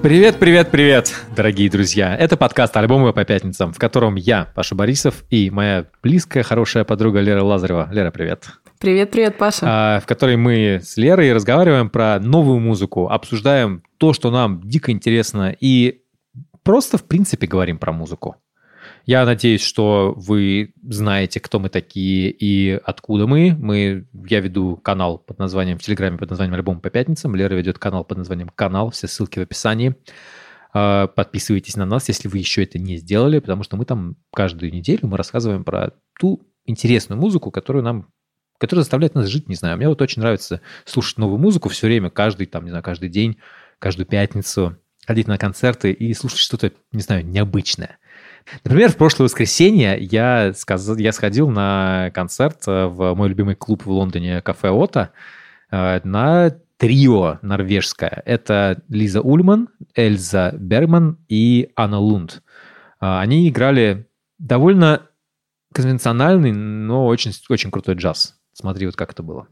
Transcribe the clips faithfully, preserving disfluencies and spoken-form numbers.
Привет, привет, привет, дорогие друзья. Это подкаст «Альбомы по пятницам», в котором я, Паша Борисов, и моя близкая, хорошая подруга Лера Лазарева. Лера, привет. Привет, привет, Паша. А, в которой мы с Лерой разговариваем про новую музыку, обсуждаем то, что нам дико интересно, и просто, в принципе, говорим про музыку. Я надеюсь, что вы знаете, кто мы такие и откуда мы. мы. Я веду канал под названием, в Телеграме под названием «Альбом по пятницам». Лера ведет канал под названием «Канал». Все ссылки в описании. Подписывайтесь на нас, если вы еще это не сделали, потому что мы там каждую неделю мы рассказываем про ту интересную музыку, которую нам, которая заставляет нас жить, не знаю. Мне вот очень нравится слушать новую музыку все время, каждый, там, не знаю, каждый день, каждую пятницу, ходить на концерты и слушать что-то, не знаю, необычное. Например, в прошлое воскресенье я, сказ... я сходил на концерт в мой любимый клуб в Лондоне «Кафе Ота» на трио норвежское. Это Лиза Ульман, Эльза Бергман и Анна Лунд. Они играли довольно конвенциональный, но очень, очень крутой джаз. Смотри, вот как это было.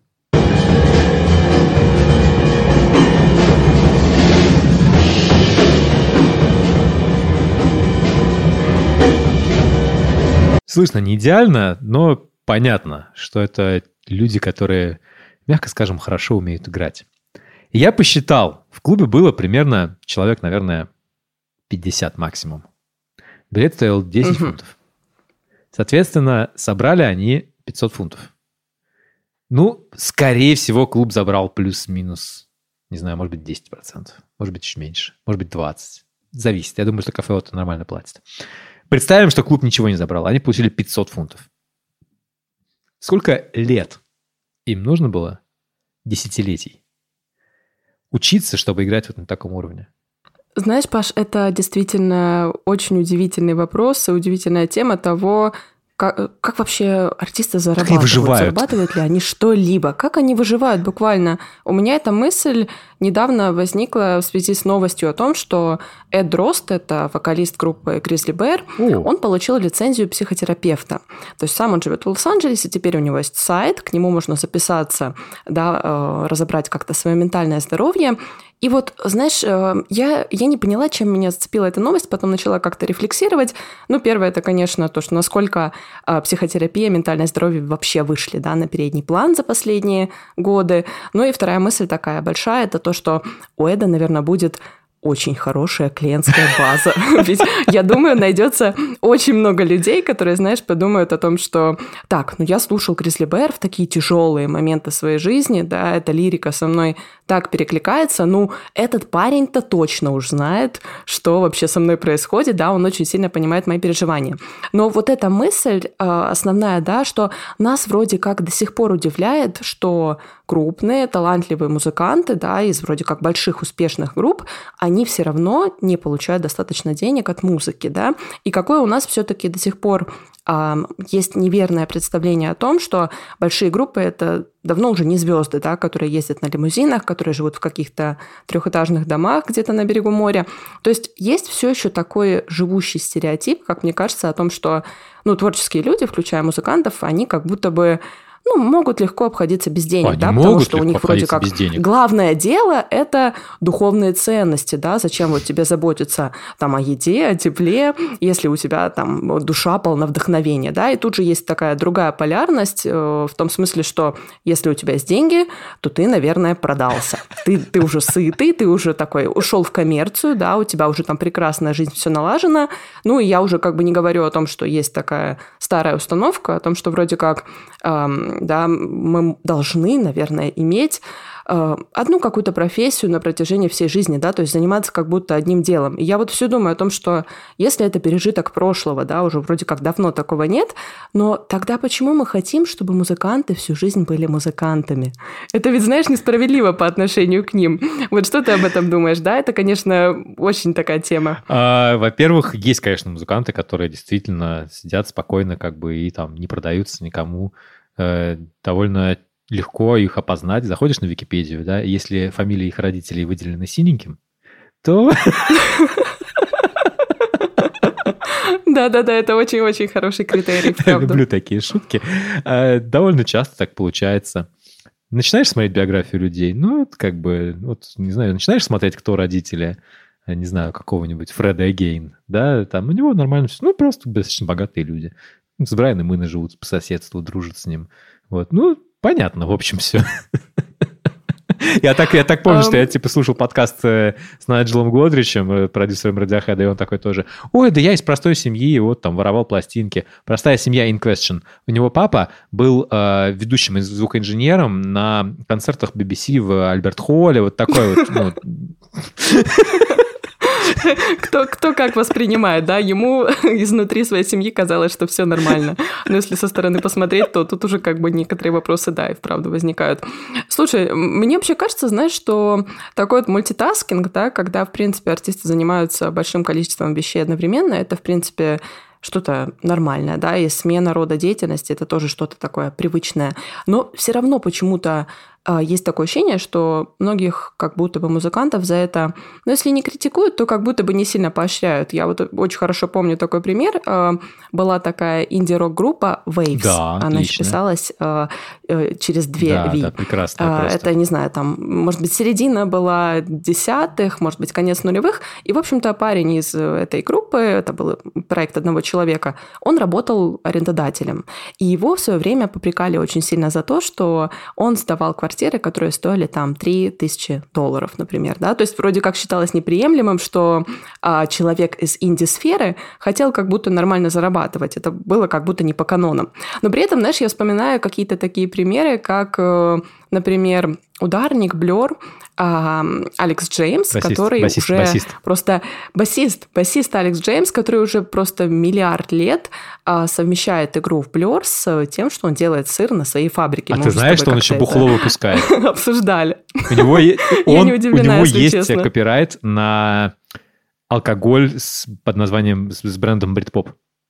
Слышно не идеально, но понятно, что это люди, которые, мягко скажем, хорошо умеют играть. И я посчитал, в клубе было примерно человек, наверное, пятьдесят максимум. Билет стоил десять uh-huh. фунтов. Соответственно, собрали они пятьсот фунтов. Ну, скорее всего, клуб забрал плюс-минус, не знаю, может быть, десять процентов. Может быть, чуть меньше. Может быть, двадцать процентов. Зависит. Я думаю, что кафе вот нормально платит. Представим, что клуб ничего не забрал. Они получили пятьсот фунтов. Сколько лет им нужно было? Десятилетий. Учиться, чтобы играть вот на таком уровне. Знаешь, Паш, это действительно очень удивительный вопрос и удивительная тема того, как, как вообще артисты зарабатывают? выживают? Зарабатывают ли они что-либо? Как они выживают буквально? У меня эта мысль недавно возникла в связи с новостью о том, что Эд Рост, это вокалист группы Grizzly Bear, О. он получил лицензию психотерапевта. То есть сам он живет в Лос-Анджелесе, теперь у него есть сайт, к нему можно записаться, да, разобрать как-то свое ментальное здоровье. И вот, знаешь, я, я не поняла, чем меня зацепила эта новость, потом начала как-то рефлексировать. Ну, первое, это, конечно, то, что насколько психотерапия, ментальное здоровье вообще вышли, да, на передний план за последние годы. Ну и вторая мысль такая большая, это то, что у Эда, наверное, будет очень хорошая клиентская база. Ведь, я думаю, найдется очень много людей, которые, знаешь, подумают о том, что так, ну я слушал Grizzly Bear в такие тяжелые моменты своей жизни, да, эта лирика со мной так перекликается, ну, этот парень-то точно уж знает, что вообще со мной происходит, да, он очень сильно понимает мои переживания. Но вот эта мысль основная, да, что нас вроде как до сих пор удивляет, что крупные, талантливые музыканты, да, из вроде как больших успешных групп, они все равно не получают достаточно денег от музыки, да, и какое у нас все-таки до сих пор э, есть неверное представление о том, что большие группы – это давно уже не звезды, да, которые ездят на лимузинах, которые живут в каких-то трехэтажных домах где-то на берегу моря. То есть есть все еще такой живущий стереотип, как мне кажется, о том, что, ну, творческие люди, включая музыкантов, они как будто бы ну, могут легко обходиться без денег, Они да, потому что у них вроде как главное дело – это духовные ценности, да, зачем вот тебе заботиться там о еде, о тепле, если у тебя там душа полна вдохновения, да, и тут же есть такая другая полярность э, в том смысле, что если у тебя есть деньги, то ты, наверное, продался, ты, ты уже сытый, ты уже такой ушел в коммерцию, да, у тебя уже там прекрасная жизнь, все налажено, ну, и я уже как бы не говорю о том, что есть такая старая установка, о том, что вроде как эм, да, мы должны, наверное, иметь э, одну какую-то профессию на протяжении всей жизни, да, то есть заниматься как будто одним делом. И я вот все думаю о том, что если это пережиток прошлого, да, уже вроде как давно такого нет, но тогда почему мы хотим, чтобы музыканты всю жизнь были музыкантами? Это ведь, знаешь, несправедливо по отношению к ним. Вот что ты об этом думаешь, да? Это, конечно, очень такая тема. А, во-первых, есть, конечно, музыканты, которые действительно сидят спокойно, как бы, и там не продаются никому. Довольно легко их опознать. Заходишь на Википедию, да, и если фамилии их родителей выделены синеньким, то... Да-да-да, это очень-очень хороший критерий, Я люблю такие шутки. Довольно часто так получается. Начинаешь смотреть биографию людей, ну, как бы, вот, не знаю, начинаешь смотреть, кто родители, не знаю, какого-нибудь Фреда Эгейн, да, там у него нормально все, ну, просто достаточно богатые люди. С Брайаном Ино живут по соседству, дружат с ним. Вот, ну, понятно, в общем, все. Я так, я так помню, um... что я типа слушал подкаст с Найджелом Годричем, продюсером Radiohead, и он такой тоже: ой, да я из простой семьи, вот там воровал пластинки. Простая семья in question. У него папа был э, ведущим и звукоинженером на концертах би би си в Альберт-Холле, вот такой вот. Ну... Кто, кто как воспринимает, да? Ему изнутри своей семьи казалось, что все нормально. Но если со стороны посмотреть, то тут уже как бы некоторые вопросы, да, и вправду возникают. Слушай, мне вообще кажется, знаешь, что такой вот мультитаскинг, да, когда, в принципе, артисты занимаются большим количеством вещей одновременно, это, в принципе, что-то нормальное, да, и смена рода деятельности – это тоже что-то такое привычное. Но все равно почему-то есть такое ощущение, что многих как будто бы музыкантов за это, ну, если не критикуют, то как будто бы не сильно поощряют. Я вот очень хорошо помню такой пример. Была такая инди-рок-группа Waves. Да, она отлично. писалась через две да, V. Да, прекрасно. Просто. Это, не знаю, там, может быть, середина была десятых, может быть, конец нулевых. И, в общем-то, парень из этой группы, это был проект одного человека, он работал арендодателем. И его в свое время попрекали очень сильно за то, что он сдавал квартиру, которые стоили там три тысячи долларов, например. Да? То есть вроде как считалось неприемлемым, что а, человек из инди-сферы хотел как будто нормально зарабатывать. Это было как будто не по канонам. Но при этом, знаешь, я вспоминаю какие-то такие примеры, как, например, ударник, Blur, Алекс Джеймс, басист, который басист, уже басист. просто... Басист, басист Алекс Джеймс, который уже просто миллиард лет а, совмещает игру в Blur с тем, что он делает сыр на своей фабрике. А Мы ты знаешь, что он еще бухло выпускает? Обсуждали. У него, он, Я не удивлена, у него если есть честно. копирайт на алкоголь с, под названием, с, с брендом Бритпоп.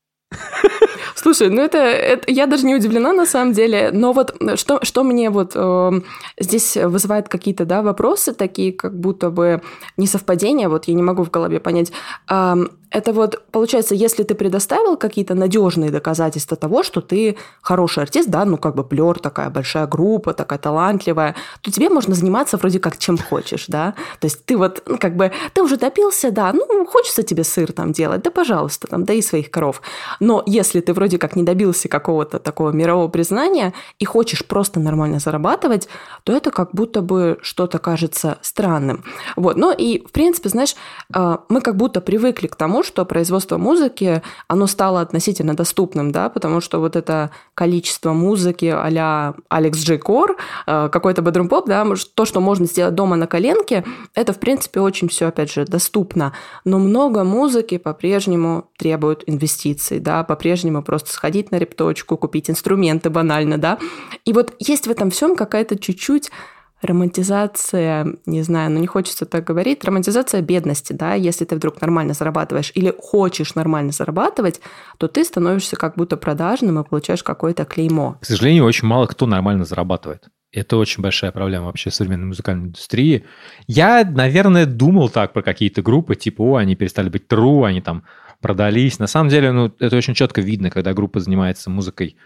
Слушай, ну это, это я даже не удивлена на самом деле, но вот что, что мне вот э, здесь вызывает какие-то, да, вопросы такие, как будто бы несовпадения, вот я не могу в голове понять. Э, это вот, получается, если ты предоставил какие-то надежные доказательства того, что ты хороший артист, да, ну как бы Blur, такая большая группа, такая талантливая, то тебе можно заниматься вроде как чем хочешь, да, то есть ты вот, ну как бы, ты уже допился, да, ну хочется тебе сыр там делать, да пожалуйста, там, дои своих коров, но если ты вроде как не добился какого-то такого мирового признания и хочешь просто нормально зарабатывать, то это как будто бы что-то кажется странным. Вот. Ну и, в принципе, знаешь, мы как будто привыкли к тому, что производство музыки, оно стало относительно доступным, да, потому что вот это количество музыки а-ля Алекс Джей Кор, какой-то бэдрум-поп, да, то, что можно сделать дома на коленке, это, в принципе, очень все, опять же, доступно. Но много музыки по-прежнему требует инвестиций, да, по-прежнему просто сходить на репточку, купить инструменты банально, да. И вот есть в этом всем какая-то чуть-чуть романтизация, не знаю, ну не хочется так говорить, романтизация бедности, да, если ты вдруг нормально зарабатываешь или хочешь нормально зарабатывать, то ты становишься как будто продажным и получаешь какое-то клеймо. К сожалению, очень мало кто нормально зарабатывает. Это очень большая проблема вообще современной музыкальной индустрии. Я, наверное, думал так про какие-то группы, типа, о, они перестали быть true, они там продались. На самом деле, ну, это очень четко видно, когда группа занимается музыкой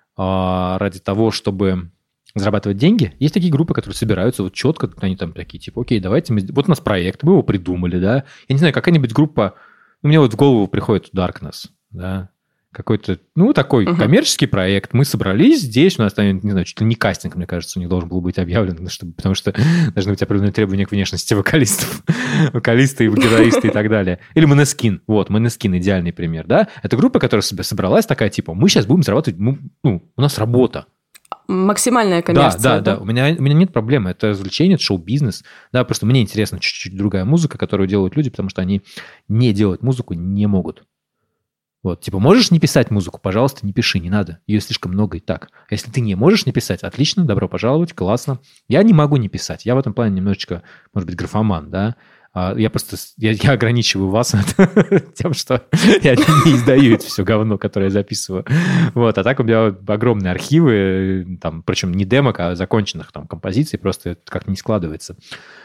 э, ради того, чтобы зарабатывать деньги. Есть такие группы, которые собираются вот четко, они там такие, типа, окей, давайте мы... Вот у нас проект, мы его придумали, да. Я не знаю, какая-нибудь группа... Ну, мне вот в голову приходит Darkness, да. Какой-то, ну, такой uh-huh. коммерческий проект. Мы собрались здесь, у нас там, не знаю, чуть ли не кастинг, мне кажется, у них должен был быть объявлен, чтобы, потому что должны быть определенные требования к внешности вокалистов, вокалиста и гитариста и так далее. Или Måneskin, вот, Måneskin идеальный пример, да. Это группа, которая себе собралась такая, типа, мы сейчас будем зарабатывать, ну, у нас работа. Максимальная коммерция. Да, да, да. да. У меня, у меня нет проблемы. Это развлечение, это шоу-бизнес. Да, просто мне интересна чуть-чуть другая музыка, которую делают люди, потому что они не делать музыку не могут. Вот, типа, можешь не писать музыку? Пожалуйста, не пиши, не надо. Ее слишком много и так. А если ты не можешь не писать, отлично, добро пожаловать, классно. Я не могу не писать. Я в этом плане немножечко, может быть, графоман, да. Я просто, я, я ограничиваю вас тем, что я не издаю это все говно, которое я записываю. Вот, а так у меня огромные архивы, там, причем не демок, а законченных там композиций, просто это как-то не складывается.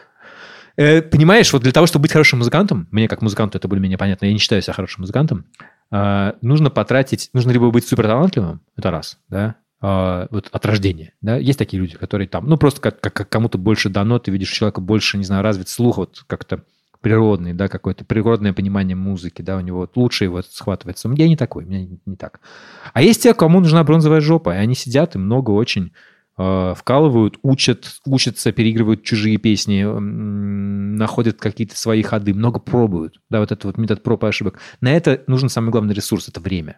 Э, понимаешь, вот для того, чтобы быть хорошим музыкантом, мне как музыканту это более-менее понятно, я не считаю себя хорошим музыкантом, э, нужно потратить, нужно либо быть суперталантливым, это раз, да, э, вот от рождения, да, есть такие люди, которые там, ну, просто как, как, как кому-то больше дано, ты видишь у человека больше, не знаю, развит слух, вот как-то природный, да, какое-то природное понимание музыки, да, у него вот лучше его схватывается. Я не такой, у меня не, не так. А есть те, кому нужна бронзовая жопа, и они сидят и много очень э, вкалывают, учат, учатся, переигрывают чужие песни, э, находят какие-то свои ходы, много пробуют, да, вот этот вот метод проб и ошибок. На это нужен самый главный ресурс, это время.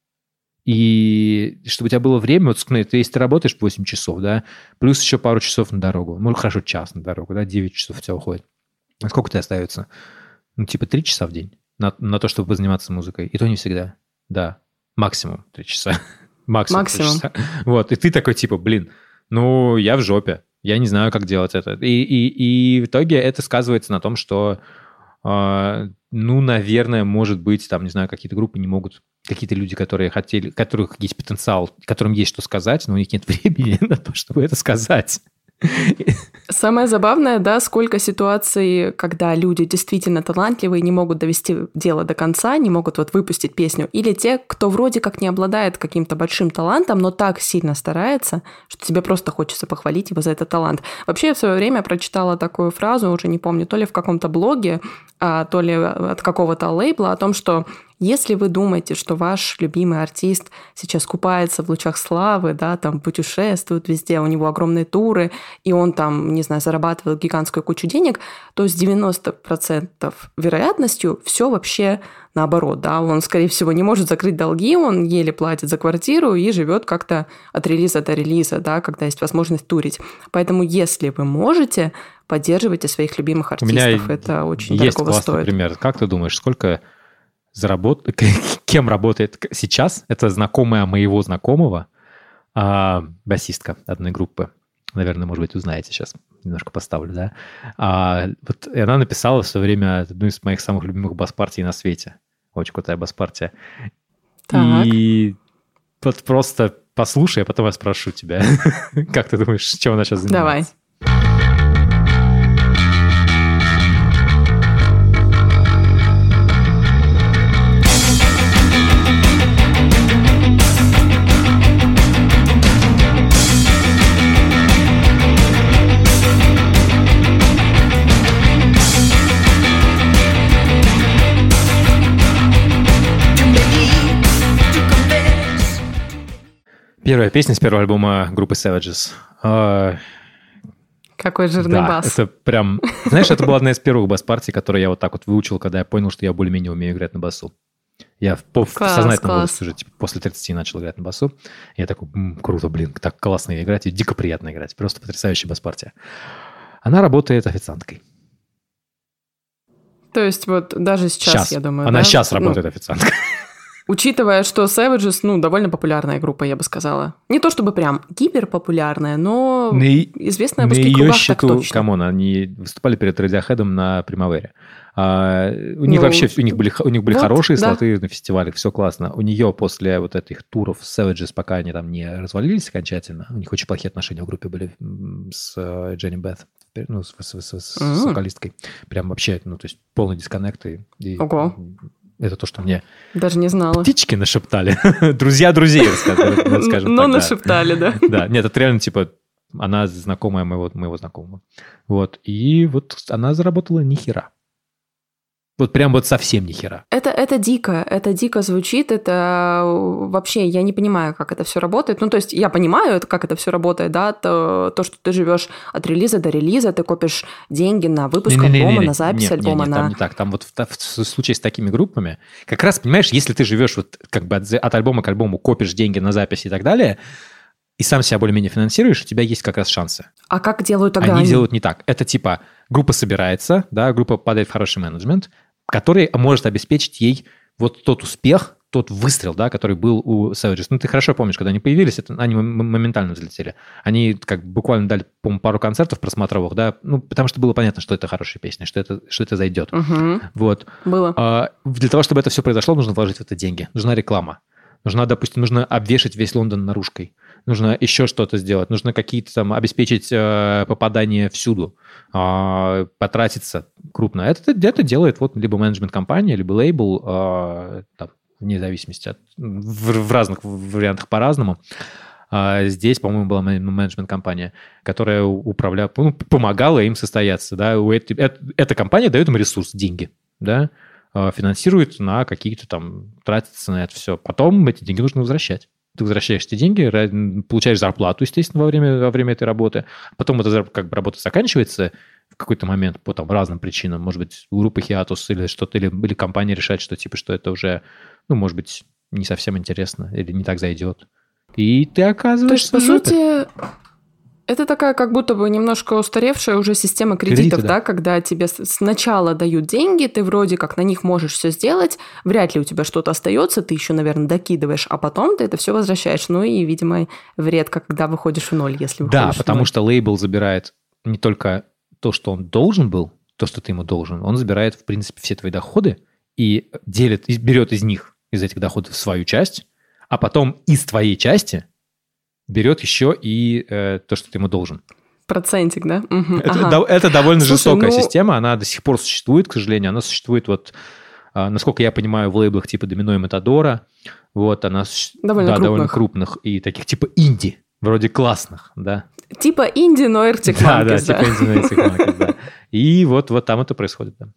И чтобы у тебя было время, вот если ты работаешь восемь часов, да, плюс еще пару часов на дорогу, ну, хорошо, час на дорогу, да, девять часов у тебя уходит. А сколько у тебя остается? Ну, типа три часа в день на, на то, чтобы позаниматься музыкой. И то не всегда. Да, максимум три часа. Максимум три часа. Вот, и ты такой, типа, блин, ну, я в жопе, я не знаю, как делать это. И, и, и в итоге это сказывается на том, что, э, ну, наверное, может быть, там, не знаю, какие-то группы не могут, какие-то люди, которые хотели, у которых есть потенциал, которым есть что сказать, но у них нет времени на то, чтобы это сказать. Самое забавное, да, сколько ситуаций, когда люди действительно талантливые, не могут довести дело до конца, не могут вот выпустить песню, или те, кто вроде как не обладает каким-то большим талантом, но так сильно старается, что тебе просто хочется похвалить его за этот талант. Вообще, я в свое время прочитала такую фразу, уже не помню, то ли в каком-то блоге, а, то ли от какого-то лейбла, о том, что если вы думаете, что ваш любимый артист сейчас купается в лучах славы, да, там путешествует везде, у него огромные туры, и он там, не знаю, зарабатывает гигантскую кучу денег, то с девяноста процентов вероятностью все вообще наоборот, да, он, скорее всего, не может закрыть долги, он еле платит за квартиру и живет как-то от релиза до релиза, да, когда есть возможность турить. Поэтому, если вы можете, поддерживайте своих любимых артистов, у меня это очень есть дорого классный стоит. Пример. Как ты думаешь, сколько заработ... кем работает сейчас? Это знакомая моего знакомого, а, басистка одной группы. Наверное, может быть, узнаете сейчас. Немножко поставлю, да. А, вот, и она написала в свое время одну из моих самых любимых бас-партий на свете. Очень крутая бас-партия. Так. И вот просто послушай, а потом я спрошу тебя. Как ты думаешь, чем она сейчас занимается? Давай. Первая песня с первого альбома группы Savages. А, Какой жирный да, бас. Это прям... Знаешь, это была одна из первых бас-партий, которые я вот так вот выучил, когда я понял, что я более-менее умею играть на басу. Я в, в класс, сознательном класс. возрасте уже типа, после тридцати начал играть на басу. Я такой, м-м, круто, блин, так классно играть и дико приятно играть. Просто потрясающая бас-партия. Она работает официанткой. То есть вот даже сейчас, сейчас. я думаю, Она да? сейчас Ну, работает официанткой. Учитывая, что Savages, ну, довольно популярная группа, я бы сказала. Не то чтобы прям гиперпопулярная, но На и- известная в на узких ее кругах счету, так точно. камон, они выступали перед Radiohead на Примавере. А, у них Ну, вообще у них были, у них были вот, хорошие да. слоты на фестивалях, все классно. У нее после вот этих туров с Savages, пока они там не развалились окончательно, у них очень плохие отношения в группе были м, с э, Дженни Бет, ну, с, с- с- с М. вокалисткой. Прям вообще, ну, то есть полный дисконнект. И, и Ого. это то, что мне Даже не знала. птички нашептали. Друзья друзей, скажем скажем Но так. да. нашептали, да. Да, нет, это реально, типа, она знакомая моего, моего знакомого. Вот, и вот она заработала ни хера. Вот прям вот совсем ни хера. Это, это дико, это дико звучит, это вообще, я не понимаю, как это все работает. Ну, то есть я понимаю, это- как это все работает, да, то, то, что ты живешь от релиза до релиза, ты копишь деньги на выпуск Не-не-не-не-не. альбома, на запись Нет, альбома, не, не, на... там не так. Там вот в, в случае с такими группами, как раз, понимаешь, если ты живешь вот как бы от, от альбома к альбому, копишь деньги на запись и так далее, и сам себя более-менее финансируешь, у тебя есть как раз шансы. А как делают тогда Они они? делают не так. Это типа группа собирается, да, группа падает в хороший менеджмент, который может обеспечить ей вот тот успех, тот выстрел, да, который был у Savages. Ну, ты хорошо помнишь, когда они появились, это, они м- моментально взлетели. Они как бы буквально дали, по-моему, пару концертов просмотровых, да, ну, потому что было понятно, что это хорошая песня, что это, что это зайдет. Мгм. Вот. Было. А, для того, чтобы это все произошло, нужно вложить в это деньги. Нужна реклама. Нужна, допустим, нужно обвешать весь Лондон наружкой. Нужно еще что-то сделать. Нужно какие-то там обеспечить э, попадание всюду. Э, потратиться крупно. Это, это делает вот либо менеджмент-компания, либо лейбл, э, там, вне зависимости от... В, в разных вариантах по-разному. А здесь, по-моему, была менеджмент-компания, которая управляла, ну, помогала им состояться. Да? У этой, эта, эта компания дает им ресурс, деньги, да? Финансирует на какие-то там, тратится на это все. Потом эти деньги нужно возвращать. Ты возвращаешь эти деньги, получаешь зарплату, естественно, во время, во время этой работы. Потом эта как бы, работа заканчивается в какой-то момент по там, разным причинам. Может быть, у группы хиатус или что-то, или, или компания решает, что типа, что это уже, ну, может быть, не совсем интересно или не так зайдет. И ты оказываешься... То есть, по сути, это такая как будто бы немножко устаревшая уже система кредитов, Кредиты, да? да, когда тебе сначала дают деньги, ты вроде как на них можешь все сделать, вряд ли у тебя что-то остается, ты еще, наверное, докидываешь, а потом ты это все возвращаешь. Ну и, видимо, редко, когда выходишь в ноль, если выходишь Да, потому что лейбл забирает не только то, что он должен был, то, что ты ему должен, он забирает, в принципе, все твои доходы и делит, берет из них, из этих доходов свою часть, а потом из твоей части берет еще и э, то, что ты ему должен. Процентик, да? Угу, это, ага. до, это довольно Слушай, жестокая ну... система, она до сих пор существует, к сожалению. Она существует, вот, э, насколько я понимаю, в лейблах типа Домино и Матадора. Вот, она довольно, да, крупных. довольно крупных и таких типа инди, вроде классных, да. Типа инди, но Arctic Monkeys, да. Да, типа инди, но Arctic Monkeys, да. И вот, вот там это происходит, да.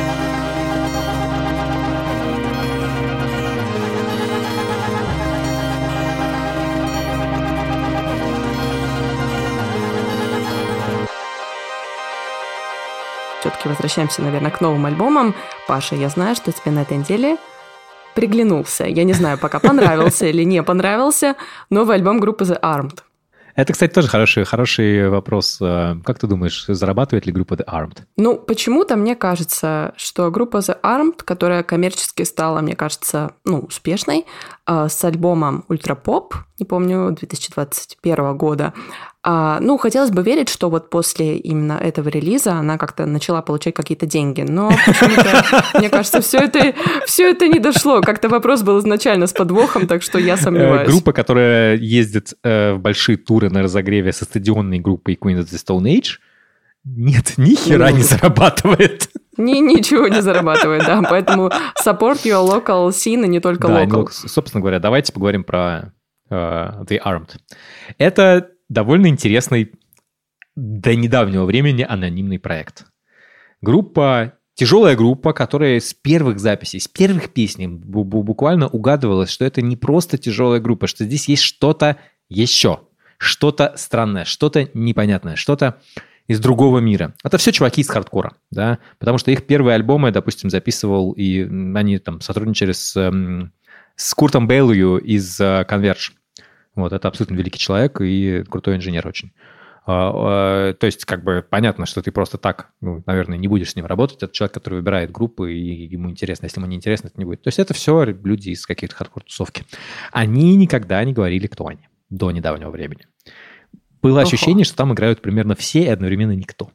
Все-таки возвращаемся, наверное, к новым альбомам. Паша, я знаю, что тебе на этой неделе приглянулся. Я не знаю, пока понравился или не понравился новый альбом группы The Armed. Это, кстати, тоже хороший, хороший вопрос. Как ты думаешь, зарабатывает ли группа The Armed? Ну, почему-то мне кажется, что группа The Armed, которая коммерчески стала, мне кажется, ну, успешной, с альбомом Ультра-поп, не помню, две тысячи двадцать первого года, ну, хотелось бы верить, что вот после именно этого релиза она как-то начала получать какие-то деньги, но почему-то, мне кажется, все это, все это не дошло. Как-то вопрос был изначально с подвохом, так что я сомневаюсь. Группа, которая ездит в большие туры на разогреве со стадионной группой Queen of the Stone Age, нет, ни хера не зарабатывает. Ни, ничего не зарабатывает, да, поэтому support your local scene, и не только да, local. Ну, собственно говоря, давайте поговорим про uh, The Armed. Это довольно интересный до недавнего времени анонимный проект. Группа, тяжелая группа, которая с первых записей, с первых песен буквально угадывалась, что это не просто тяжелая группа, что здесь есть что-то еще, что-то странное, что-то непонятное, что-то из другого мира. Это все чуваки из хардкора, да, потому что их первые альбомы, допустим, записывал, и они там сотрудничали с, с Куртом Бейлью из Converge. Вот, это абсолютно великий человек и крутой инженер очень. То есть, как бы, понятно, что ты просто так, ну, наверное, не будешь с ним работать. Это человек, который выбирает группы, и ему интересно. Если ему не интересно, это не будет. То есть, это все люди из каких-то хардкор-тусовки. Они никогда не говорили, кто они, до недавнего времени. Было ощущение, что там играют примерно все и одновременно никто.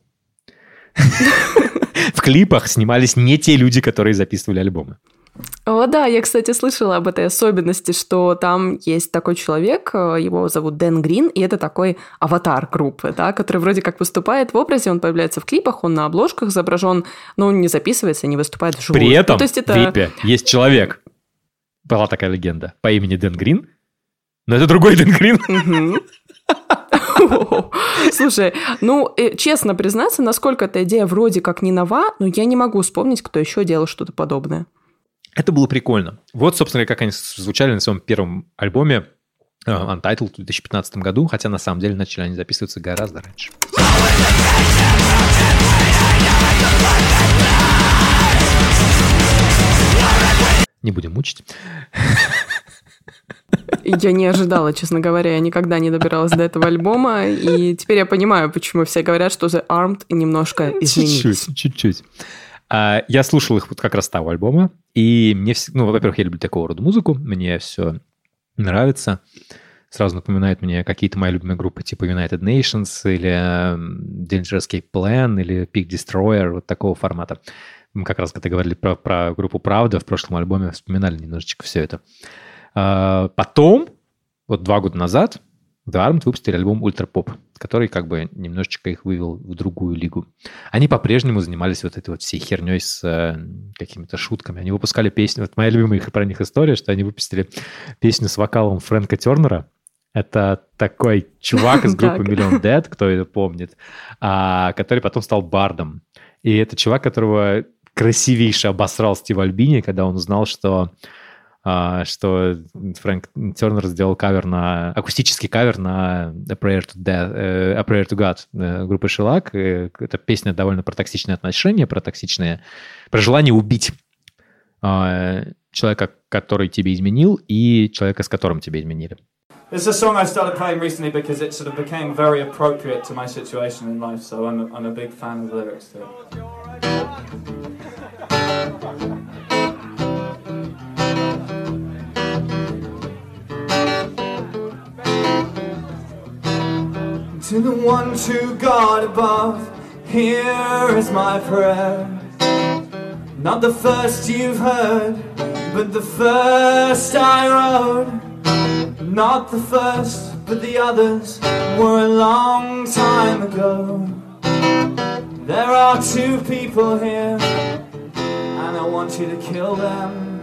В клипах снимались не те люди, которые записывали альбомы. О, да, я, кстати, слышала об этой особенности, что там есть такой человек, его зовут Дэн Грин, и это такой аватар группы, да, который вроде как выступает в образе, он появляется в клипах, он на обложках изображен, но он не записывается, не выступает вживую. При этом ну, то есть это... в клипе есть человек, была такая легенда, по имени Дэн Грин, но это другой Дэн Грин. Слушай, ну, честно признаться, насколько эта идея вроде как не нова, но я не могу вспомнить, кто еще делал что-то подобное. Это было прикольно. Вот, собственно, как они звучали на своем первом альбоме Untitled в две тысячи пятнадцатом году, хотя на самом деле начали они записываться гораздо раньше. Не будем мучить. Я не ожидала, честно говоря, я никогда не добиралась до этого альбома, и теперь я понимаю, почему все говорят, что The Armed немножко изменились. Чуть-чуть, чуть-чуть. Я слушал их вот как раз с того альбома, и мне, ну, во-первых, я люблю такого рода музыку, мне все нравится. Сразу напоминает мне какие-то мои любимые группы типа United Nations или Danger Escape Plan или Peak Destroyer, вот такого формата. Мы как раз, когда говорили про, про группу «Правда» в прошлом альбоме, вспоминали немножечко все это. Потом, вот два года назад, The Armed выпустили альбом «Ультра-поп», который как бы немножечко их вывел в другую лигу. Они по-прежнему занимались вот этой вот всей херней с э, какими-то шутками. Они выпускали песню, вот моя любимая их, про них история, что они выпустили песню с вокалом Фрэнка Тернера, Это такой чувак из группы Million Dead, кто это помнит, который потом стал бардом. И это чувак, которого красивейше обосрал Стив Альбини, когда он узнал, что, что Фрэнк Тернер сделал кавер на, акустический кавер на A Prayer to, Death, A Prayer to God группы Shellac. Эта песня довольно про токсичные отношения, про токсичные, про желание убить человека, который тебе изменил, и человека, с которым тебе изменили. It's a song I started playing recently because it sort of became very appropriate to my situation in life, so I'm a, I'm a big fan of the lyrics to it. To the one true God above, here is my prayer. Not the first you've heard, but the first I wrote. Not the first, but the others were a long time ago. There are two people here, and I want you to kill them.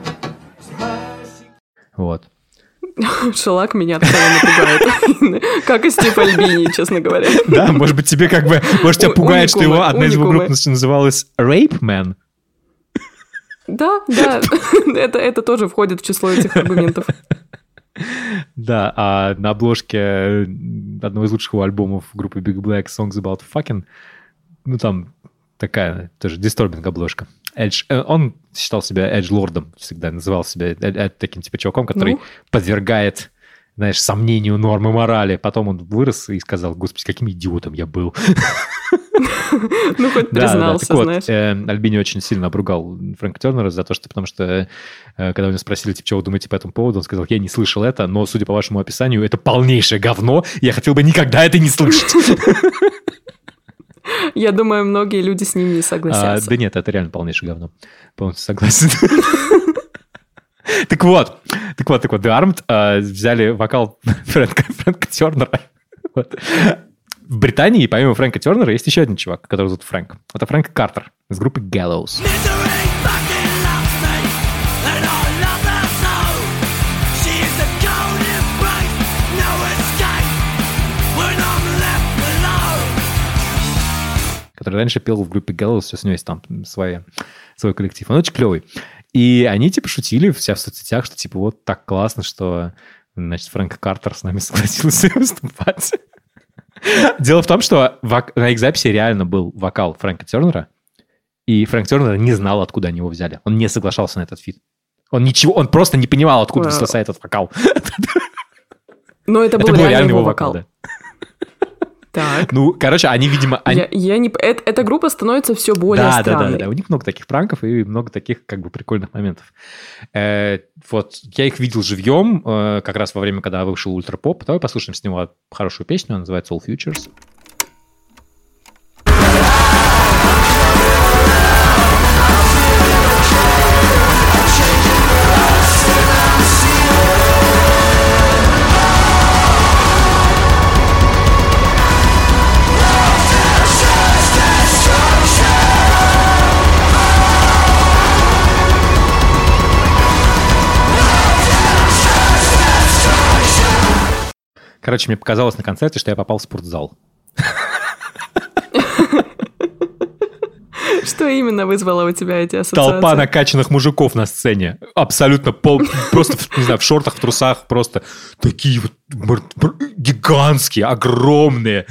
Вот. Shellac меня откровенно напугает. Как и Стив Альбини, честно говоря. Да, может быть, тебе как бы... Может, тебя пугает, что его одна из его групп называлась Rape Man? Да, да. это, это тоже входит в число этих аргументов. Да, а на обложке одного из лучших его альбомов группы Big Black Songs About Fucking, ну там такая тоже дисторбинг обложка. Edge, он считал себя эдж-лордом, всегда называл себя таким типа чуваком, который ну? подвергает, знаешь, сомнению нормы морали. Потом он вырос и сказал: господи, каким идиотом я был. Ну, хоть признался, знаешь. Альбини очень сильно обругал Фрэнка Тернера за то, что, потому что, когда у него спросили, типа, что вы думаете по этому поводу, он сказал: я не слышал это, но, судя по вашему описанию, это полнейшее говно, я хотел бы никогда это не слышать. Я думаю, многие люди с ним не согласятся. А, да нет, это реально полнейшее говно. Полностью согласен. Так вот, так вот, так вот, The Armed uh, взяли вокал Фрэнка, Фрэнка Тернера. Вот. В Британии, помимо Фрэнка Тернера, есть еще один чувак, который зовут Фрэнк. Это Фрэнк Картер из группы Gallows. Который раньше пел в группе Gallows, сейчас у него есть там свой, свой коллектив. Он очень клевый. И они типа шутили вся в соцсетях, что типа вот так классно, что, значит, Фрэнк Картер с нами согласился выступать. Дело в том, что на их записи реально был вокал Фрэнка Тернера, и Фрэнк Тернер не знал, откуда они его взяли. Он не соглашался на этот фит. Он ничего, он просто не понимал, откуда взялся этот вокал. Но это был реально его вокал. Да. Так. Ну, короче, они, видимо... Они... Я, я не... Это, эта группа становится все более да, странной. Да, да, да. У них много таких пранков и много таких как бы прикольных моментов. Э, вот, я их видел живьем э, как раз во время, когда вышел Ультрапоп. Давай послушаем с него хорошую песню, она называется All Futures. Короче, мне показалось на концерте, что я попал в спортзал. Что именно вызвало у тебя эти ассоциации? Толпа накачанных мужиков на сцене. Абсолютно пол... Просто, не знаю, в шортах, в трусах. Просто такие вот гигантские, огромные.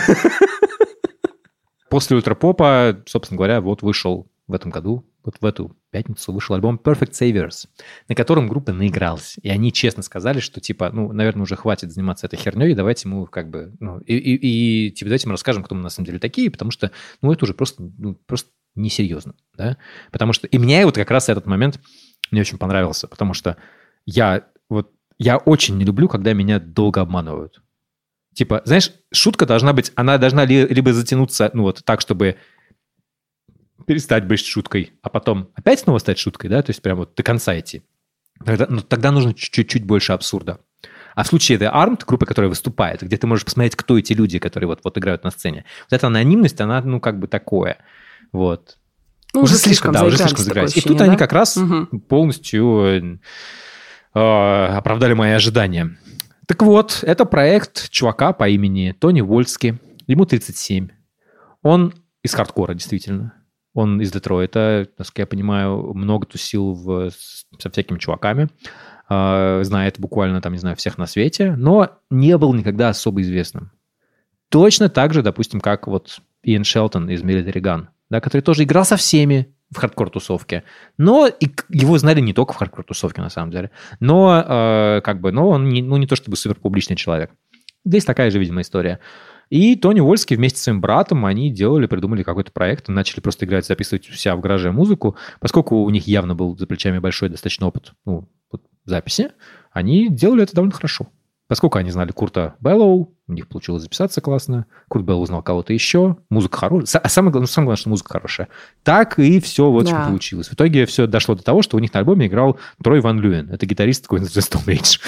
После ультрапопа, собственно говоря, вот вышел в этом году, вот в эту пятницу вышел альбом Perfect Saviors, на котором группа наигралась. И они честно сказали, что, типа, ну, наверное, уже хватит заниматься этой херней, давайте мы как бы, ну, и, и, и типа, давайте мы расскажем, кто мы на самом деле такие, потому что, ну, это уже просто, ну, просто несерьезно, да? Потому что, и мне вот как раз этот момент мне очень понравился, потому что я вот, я очень не люблю, когда меня долго обманывают. Типа, знаешь, шутка должна быть, она должна ли, либо затянуться, ну, вот так, чтобы перестать быть шуткой, а потом опять снова стать шуткой, да, то есть прям вот до конца идти. Тогда, ну, тогда нужно чуть-чуть больше абсурда. А в случае The Armed, группы, которая выступает, где ты можешь посмотреть, кто эти люди, которые вот, вот играют на сцене, вот эта анонимность, она, ну, как бы такое. Вот. Ну, уже, уже слишком, да, уже слишком заигрались. И тут да? они как раз угу. полностью э, оправдали мои ожидания. Так вот, это проект чувака по имени Тони Вольски. Ему тридцать семь. Он из хардкора, действительно. Он из Детройта, насколько я понимаю, много тусил в, со всякими чуваками. Э, знает буквально, там, не знаю, всех на свете, но не был никогда особо известным. Точно так же, допустим, как вот Иэн Шелтон из Military Gun, да, который тоже играл со всеми в хардкор-тусовке. Но и его знали не только в хардкор-тусовке, на самом деле. Но, э, как бы, но он не, ну, не то чтобы суперпубличный человек. Здесь такая же, видимо, история. И Тони Вольски вместе с своим братом, они делали, придумали какой-то проект, начали просто играть, записывать у себя в гараже музыку. Поскольку у них явно был за плечами большой достаточно опыт, ну, вот, записи, они делали это довольно хорошо. Поскольку они знали Курта Беллоу, у них получилось записаться классно, Курт Беллоу знал кого-то еще, музыка хорошая, а самое главное, самое главное, что музыка хорошая. Так и все вот да. Что получилось. В итоге все дошло до того, что у них на альбоме играл Трой Ван Люен. Это гитарист такой The Stone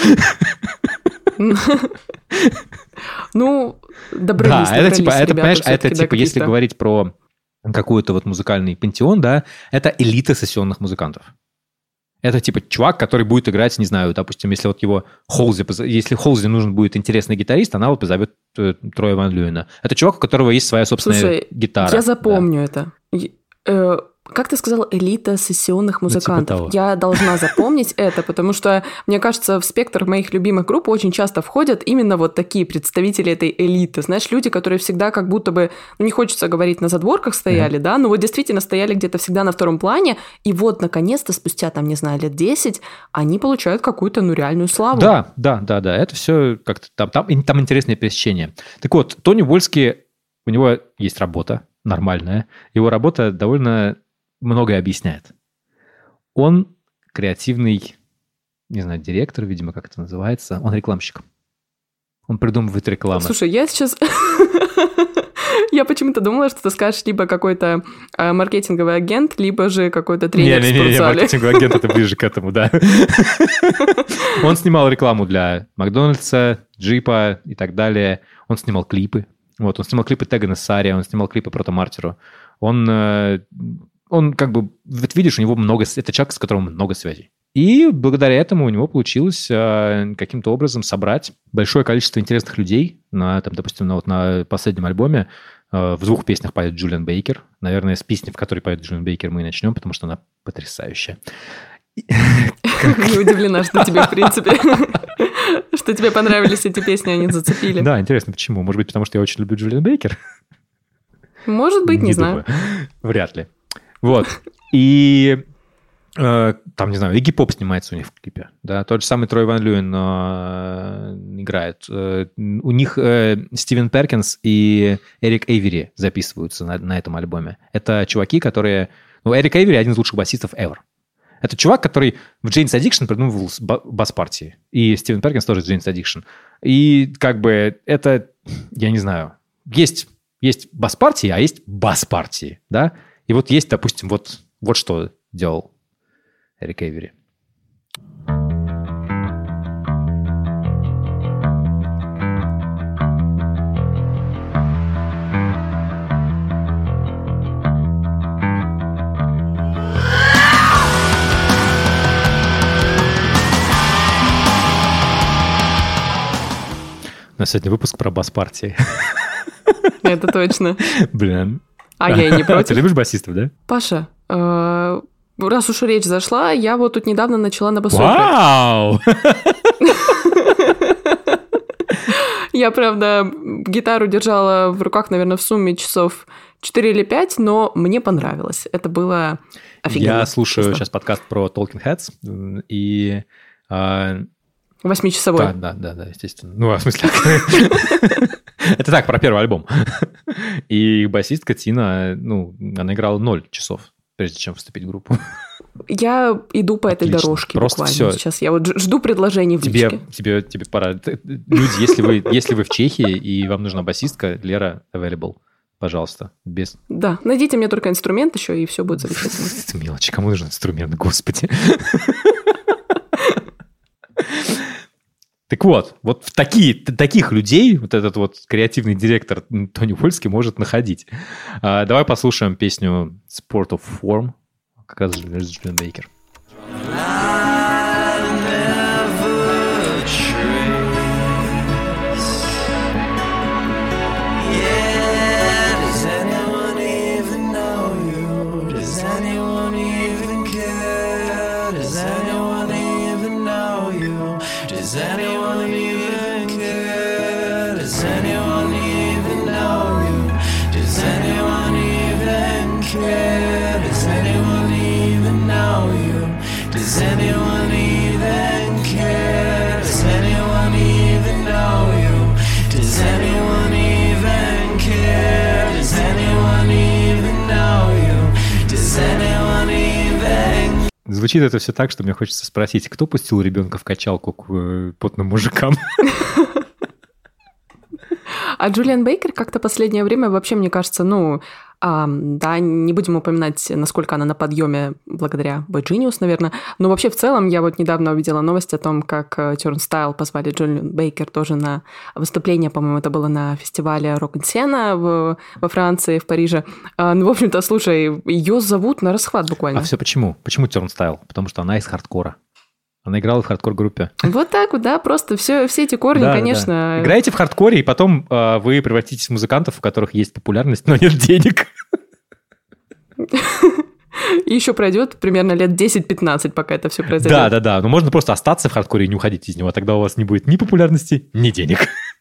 Age. Ну, добрались, да, это типа, это, понимаешь, это типа, если говорить про какой-то вот музыкальный пантеон, да, это элита сессионных музыкантов. Это типа чувак, который будет играть, не знаю, допустим, если вот его Холзи, если Холзи нужен будет интересный гитарист, она вот позовет э, Троя Ван Люена. Это чувак, у которого есть своя собственная Слушай, гитара. Я запомню да. это. Э, как ты сказал, элита сессионных музыкантов? Ну, типа я должна запомнить это, потому что, мне кажется, в спектр моих любимых групп очень часто входят именно вот такие представители этой элиты. Знаешь, люди, которые всегда как будто бы, ну, не хочется говорить, на задворках стояли, mm-hmm. да, но вот действительно стояли где-то всегда на втором плане, и вот, наконец-то, спустя, там, не знаю, лет десять, они получают какую-то, ну, реальную славу. Да, да, да, да, это все как-то там, там, там интересное пересечение. Так вот, Тони Вольски, у него есть работа нормальная, его работа довольно многое объясняет. Он креативный, не знаю, директор, видимо, как это называется. Он рекламщик. Он придумывает рекламу. Слушай, я сейчас... Я почему-то думала, что ты скажешь либо какой-то э, маркетинговый агент, либо же какой-то тренер в спортзале. Не-не-не, маркетинговый агент – это ближе к этому, да. Он снимал рекламу для Макдональдса, Джипа и так далее. Он снимал клипы. Вот, он снимал клипы Тега Нессари, он снимал клипы Прото Мартиру. Он... Он как бы, вот видишь, у него много... Это человек, с которым много связей. И благодаря этому у него получилось э, каким-то образом собрать большое количество интересных людей. На, там, допустим, на, вот на последнем альбоме э, в двух песнях поет Джулиан Бейкер. Наверное, с песни, в которой поет Джулиан Бейкер, мы и начнем, потому что она потрясающая. Не удивлена, что тебе, в принципе, что тебе понравились эти песни, они зацепили. Да, интересно, почему? Может быть, потому что я очень люблю Джулиан Бейкер? Может быть, не знаю. Вряд ли. Вот. И э, там, не знаю, Игги Поп снимается у них в клипе. Да? Тот же самый Трой Ван Люен э, играет. Э, у них э, Стивен Перкинс и Эрик Эйвери записываются на, на этом альбоме. Это чуваки, которые... Ну, Эрик Эйвери один из лучших басистов ever. Это чувак, который в Jane's Addiction придумывал бас-партии. И Стивен Перкинс тоже из Jane's Addiction. И как бы это, я не знаю, есть, есть бас-партии, а есть бас-партии, да? И вот есть, допустим, вот, вот что делал Эрик Эйвери. На сегодня выпуск про бас-партии. Это точно. Блин. А я и не против. Ты любишь басистов, да? Паша, э, раз уж речь зашла, я вот тут недавно начала на басу играть. Вау! Я, правда, гитару держала в руках, наверное, в сумме часов четыре или пять, но мне понравилось. Это было офигенно. Я слушаю честно. Сейчас подкаст про Talking Heads, и... Э, Восьмичасовой. Да, да, да, да, естественно. Ну, в смысле... Это так, про первый альбом. И басистка Тина, ну, она играла ноль часов, прежде чем вступить в группу. Я иду по этой Отлично. Дорожке Просто буквально все. Сейчас. Я вот жду предложений в тебе, личке. Тебе, тебе пора. Люди, если вы, если вы в Чехии и вам нужна басистка, Лера available. Пожалуйста, без... Да, найдите мне только инструмент еще, и все будет замечательно. Это мелочи. Кому нужен инструмент, господи? Так вот, вот в такие, таких людей вот этот вот креативный директор Тони Вольски может находить. А, давай послушаем песню Sport of Form, как раз Джулиан Бейкер. звучит это все так, что мне хочется спросить, кто пустил ребенка в качалку к потным мужикам? А Джулиан Бейкер как-то последнее время вообще, мне кажется, ну, а, да, не будем упоминать, насколько она на подъеме благодаря Boy Genius, наверное, но вообще в целом я вот недавно увидела новость о том, как Turnstile позвали Джулиан Бейкер тоже на выступление, по-моему, это было на фестивале Рок-н-Сена в, во Франции, в Париже. А, ну, в общем-то, слушай, ее зовут на расхват буквально. А все почему? Почему Turnstile? Потому что она из хардкора. Она играла в хардкор-группе. Вот так вот, да, просто все, все эти корни, да, конечно. Да, да. Играете в хардкоре, и потом э, вы превратитесь в музыкантов, у которых есть популярность, но нет денег. И еще пройдет примерно лет десять-пятнадцать, пока это все произойдет. Да, да, да. Но можно просто остаться в хардкоре и не уходить из него, а тогда у вас не будет ни популярности, ни денег.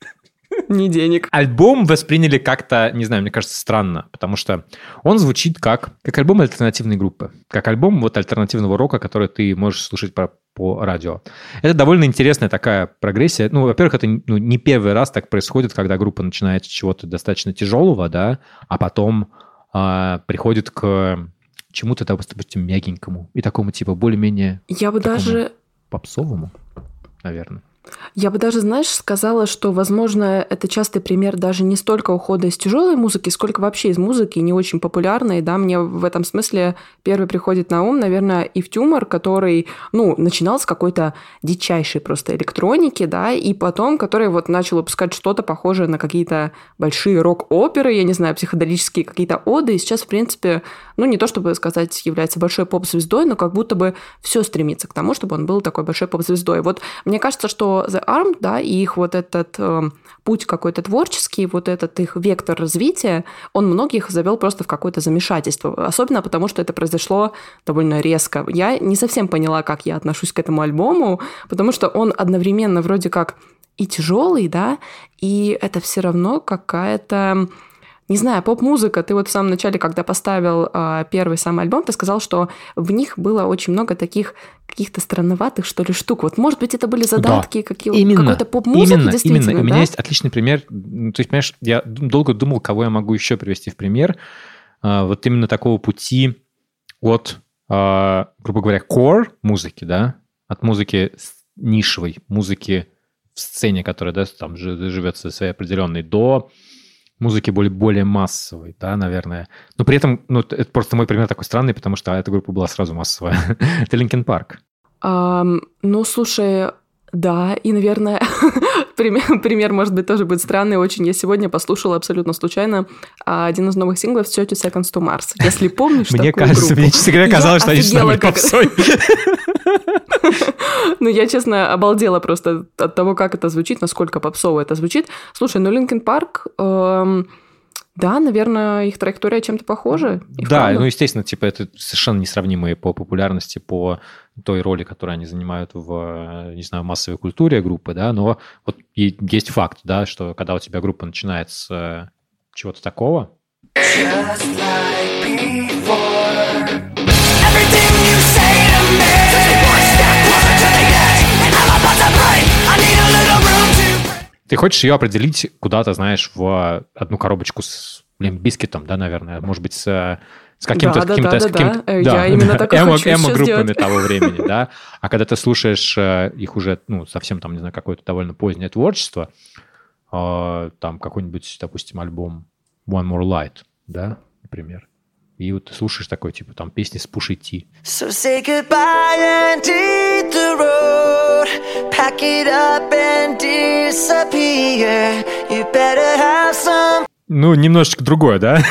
Ни денег. Альбом восприняли как-то, не знаю, мне кажется, странно, потому что он звучит как, как альбом альтернативной группы, как альбом вот альтернативного рока, который ты можешь слушать по, по радио. Это довольно интересная такая прогрессия. Ну, во-первых, это ну, не первый раз так происходит, когда группа начинает с чего-то достаточно тяжелого, да, а потом а, приходит к чему-то, допустим, мягенькому и такому типа более-менее Я бы даже... попсовому, наверное. Я бы даже, знаешь, сказала, что, возможно, это частый пример даже не столько ухода из тяжелой музыки, сколько вообще из музыки не очень популярной, да, мне в этом смысле первый приходит на ум, наверное, Yves Tumor, который, ну, начинал с какой-то дичайшей просто электроники, да, и потом, который вот начал выпускать что-то похожее на какие-то большие рок-оперы, я не знаю, психоделические какие-то оды, и сейчас, в принципе, ну, не то чтобы сказать, является большой поп-звездой, но как будто бы все стремится к тому, чтобы он был такой большой поп-звездой. Вот мне кажется, что The Arm, да, и их вот этот э, путь какой-то творческий, вот этот их вектор развития, он многих завел просто в какое-то замешательство. Особенно потому, что это произошло довольно резко. Я не совсем поняла, как я отношусь к этому альбому, потому что он одновременно вроде как и тяжелый, да, и это все равно какая-то... Не знаю, поп-музыка, ты вот в самом начале, когда поставил э, первый сам альбом, ты сказал, что в них было очень много таких каких-то странноватых, что ли, штук. Вот, может быть, это были задатки да. какие, именно, какой-то поп-музыки, именно, действительно, именно. Да? У меня есть отличный пример. То есть, понимаешь, я долго думал, кого я могу еще привести в пример. Э, вот именно такого пути от, э, грубо говоря, core музыки, да, от музыки нишевой, музыки в сцене, которая, да, там живет своей определенной, до... музыки более, более массовой, да, наверное. Но при этом, ну, это просто мой пример такой странный, потому что эта группа была сразу массовая. Это Linkin Park. Um, ну, слушай, да, и, наверное, пример, пример, может быть, тоже будет странный очень. Я сегодня послушала абсолютно случайно один из новых синглов thirty Seconds to Mars. Если помнишь мне такую кажется, группу. Мне, честно говоря, казалось, что они стали попсой. Ну, я, честно, обалдела просто от того, как это звучит, насколько попсово это звучит. Слушай, ну, Linkin Park... Эм... Да, наверное, их траектория чем-то похожа. Да, вправду. Ну, естественно, типа это совершенно несравнимые по популярности, по той роли, которую они занимают в, не знаю, массовой культуре группы, да, но вот есть факт, да, что когда у тебя группа начинает с чего-то такого... Ты хочешь ее определить куда-то, знаешь, в одну коробочку с Лимп Бизкитом, да, наверное, может быть, с, с каким-то... Да, с каким-то, да, да, с каким-то да, да. Я именно так и эмо, хочу эмо-группами того времени, да, а когда ты слушаешь их уже, ну, совсем там, не знаю, какое-то довольно позднее творчество, там какой-нибудь, допустим, альбом One More Light, да, например, и вот ты слушаешь такой, типа, там, песни с Pusha T. So say goodbye and hit the road, pack it up and disappear, you better have some... Ну, немножечко другое, да?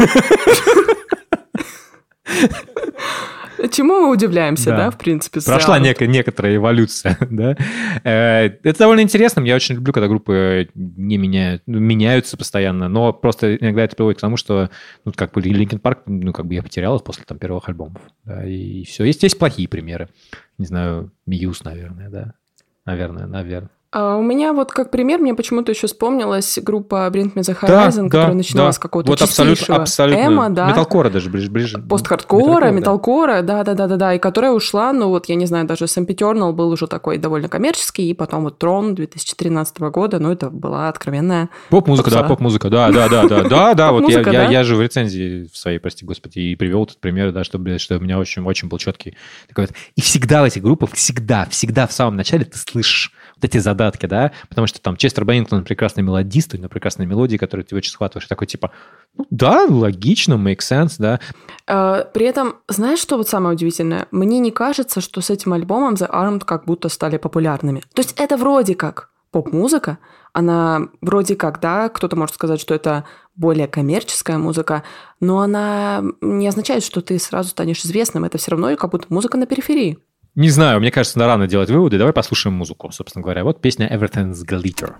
Чему мы удивляемся, да, да в принципе? Прошла нек- некоторая эволюция, да. Это довольно интересно. Я очень люблю, когда группы не меняют, меняются постоянно, но просто иногда это приводит к тому, что, ну, как бы Linkin Park, ну, как бы я потерял их после там первых альбомов, да, и все. Есть, есть плохие примеры. Не знаю, Muse, наверное, да. Наверное, наверное. А у меня вот как пример, мне почему-то еще вспомнилась группа Bring Me The Horizon, да, которая да, начинала да. с какого-то вот чистейшего абсолютно, эмо, да. Металкора даже ближе. ближе пост-хардкора, металкора, да-да-да-да, и которая ушла, ну вот, я не знаю, даже Sempiternal был уже такой довольно коммерческий, и потом вот Throne две тысячи тринадцатого года, ну это была откровенная поп-музыка, попса. да, поп-музыка, да-да-да-да-да, вот я, я, я же в рецензии в своей, прости господи, и привел этот пример, да, чтобы, что у меня очень, очень был четкий такой вот. И всегда в этих группах, всегда, всегда в самом начале ты слышишь вот эти задатки, да, потому что там Честер Беннингтон прекрасный мелодист, у него прекрасные мелодии, которые ты очень схватываешь, такой типа, ну да, логично, make sense, да. При этом, знаешь, что вот самое удивительное? Мне не кажется, что с этим альбомом The Armed как будто стали популярными. То есть это вроде как поп-музыка, она вроде как, да, кто-то может сказать, что это более коммерческая музыка, но она не означает, что ты сразу станешь известным, это все равно как будто музыка на периферии. Не знаю, мне кажется, рано делать выводы. Давай послушаем музыку, собственно говоря. Вот песня Everything's Glitter.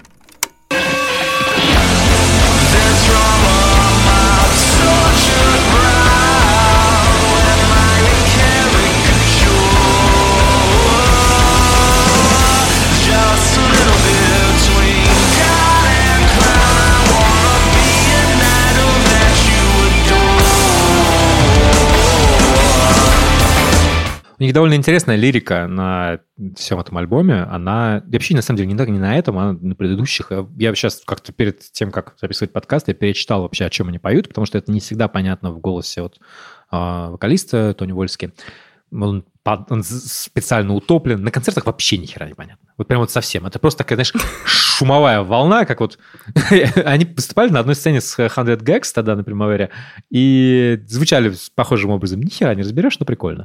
У них довольно интересная лирика на всем этом альбоме. Она вообще, на самом деле, не, так, не на этом, а на предыдущих. Я сейчас как-то перед тем, как записывать подкаст, я перечитал вообще, о чем они поют, потому что это не всегда понятно в голосе от э, вокалиста Тони Вольски. Он, он специально утоплен. На концертах вообще ни хера не понятно. Вот прям вот совсем. Это просто такая, знаешь, шумовая волна, как вот... Они выступали на одной сцене с сто Gags тогда на Примавере, и звучали похожим образом. Ни хера не разберешь, но прикольно.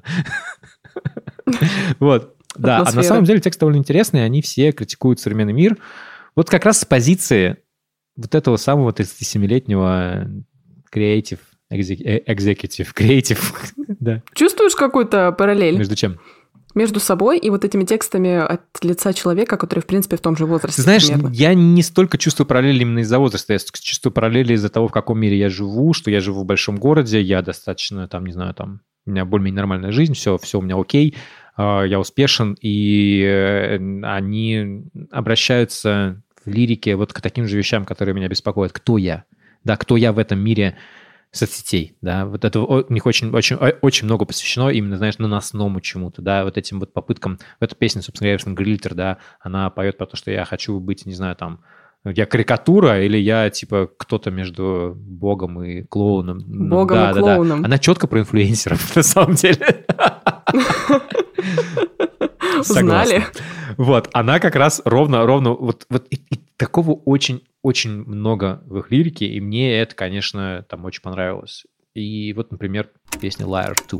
Вот, да, а на самом деле текст довольно интересный, они все критикуют современный мир. Вот как раз с позиции вот этого самого тридцатисемилетнего креатив, экзекутив, креатив, да. Чувствуешь какую-то параллель? Между чем? Между собой и вот этими текстами от лица человека, который, в принципе, в том же возрасте. Ты знаешь, примерно. Я не столько чувствую параллели именно из-за возраста, я чувствую параллели из-за того, в каком мире я живу, что я живу в большом городе, я достаточно, там, не знаю, там, у меня более-менее нормальная жизнь, все, все у меня окей, я успешен, и они обращаются в лирике вот к таким же вещам, которые меня беспокоят. Кто я? Да, кто я в этом мире соцсетей, да, вот это у них очень, очень, очень много посвящено именно, знаешь, наносному чему-то, да, вот этим вот попыткам. В этой песне, собственно, Everything Glitter, да, она поет про то, что я хочу быть, не знаю, там, я карикатура или я, типа, кто-то между Богом и клоуном. Богом да, и да, клоуном. Да. Она четко про инфлюенсеров, на самом деле. Узнали. Вот, она как раз ровно, ровно, вот, вот и, и такого очень, очень много в их лирике, и мне это, конечно, там очень понравилось. И вот, например, песня Liar два.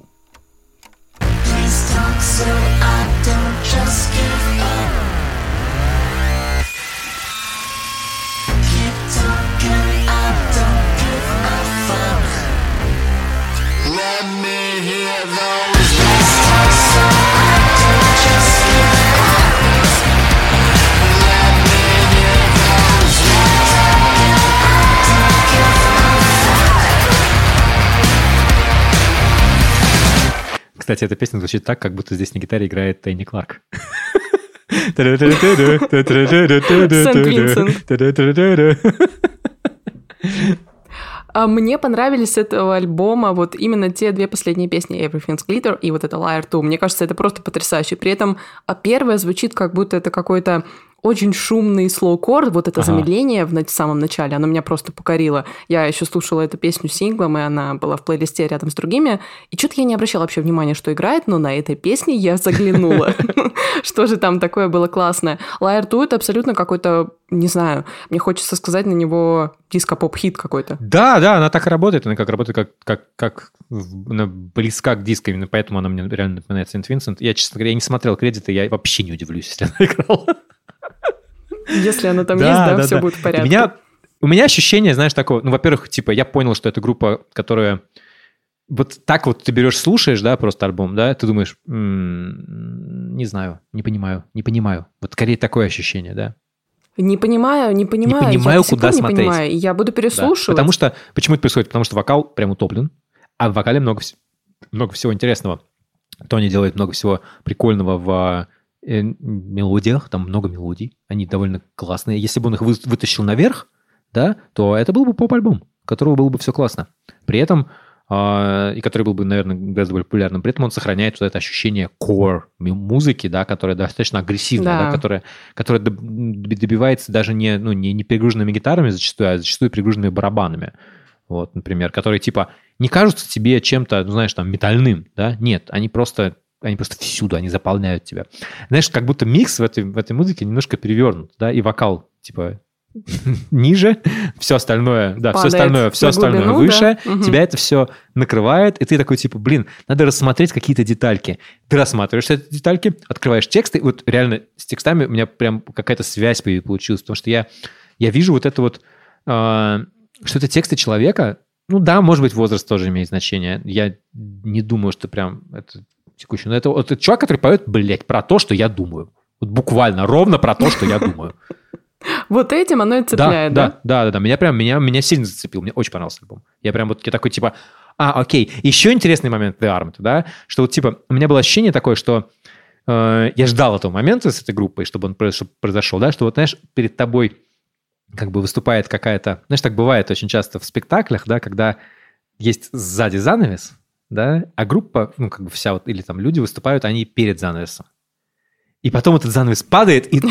Кстати, эта песня звучит так, как будто здесь на гитаре играет Тайни Кларк. Сент-Винсент. А мне понравились с этого альбома вот именно те две последние песни Everything's Glitter и вот это Liar два. Мне кажется, это просто потрясающе. При этом первая звучит, как будто это какой-то очень шумный слоукор, вот это ага. замедление в самом начале, оно меня просто покорило. Я еще слушала эту песню синглом, и она была в плейлисте рядом с другими, и что-то я не обращала вообще внимания, что играет, но на этой песне я заглянула. Что же там такое было классное. Liar два — это абсолютно какой-то, не знаю, мне хочется сказать на него диско-поп-хит какой-то. Да, да, она так и работает, она как работает, как, как, как она близка к диско, именно поэтому она мне реально напоминает Сент-Винсент. Я, честно говоря, я не смотрел кредиты, я вообще не удивлюсь, если она играла. Если она там да, есть, да, да все да. будет в порядке. У меня, у меня ощущение, знаешь, такого... Ну, во-первых, типа, я понял, что это группа, которая... Вот так вот ты берешь, слушаешь, да, просто альбом, да, ты думаешь, м-м, не знаю, не понимаю, не понимаю. Вот скорее такое ощущение, да. Не понимаю, не понимаю. Не понимаю, я куда не смотреть. Понимаю, я буду переслушивать. Да. Потому что... Почему это происходит? Потому что вокал прям утоплен, а в вокале много, много всего интересного. Тони делает много всего прикольного в мелодиях, там много мелодий, они довольно классные. Если бы он их вытащил наверх, да, то это был бы поп-альбом, у которого было бы все классно. При этом, э, и который был бы, наверное, гораздо более популярным, при этом он сохраняет вот это ощущение core музыки, да, которая достаточно агрессивная, да. Да, которая, которая добивается даже не, ну, не, не перегруженными гитарами зачастую, а зачастую перегруженными барабанами. Вот, например, которые типа не кажутся тебе чем-то, ну, знаешь, там, метальным, да? Нет, они просто... Они просто всюду, они заполняют тебя. Знаешь, как будто микс в этой, в этой музыке немножко перевернут, да, и вокал, типа, ниже, все остальное, да, все остальное, все остальное выше, тебя это все накрывает, и ты такой, типа, блин, надо рассмотреть какие-то детальки. Ты рассматриваешь эти детальки, открываешь тексты, и вот реально с текстами у меня прям какая-то связь получилась, потому что я, я вижу вот это вот, что это тексты человека, ну да, может быть, возраст тоже имеет значение, я не думаю, что прям это... текущий. Но это, вот, это чувак, который поет, блядь, про то, что я думаю. Вот буквально, ровно про то, что я думаю. Вот этим оно и цепляет, да? Да, да, да, да. Меня прям, меня, меня сильно зацепил. Мне очень понравился альбом. Я прям вот такой, типа, а, окей. Еще интересный момент The Armed, да, что вот, типа, у меня было ощущение такое, что э, я ждал этого момента с этой группой, чтобы он чтобы произошел, да, что вот, знаешь, перед тобой как бы выступает какая-то... Знаешь, так бывает очень часто в спектаклях, да, когда есть сзади занавес, да, а группа, ну, как бы вся вот, или там люди выступают, они перед занавесом. И потом этот занавес падает, и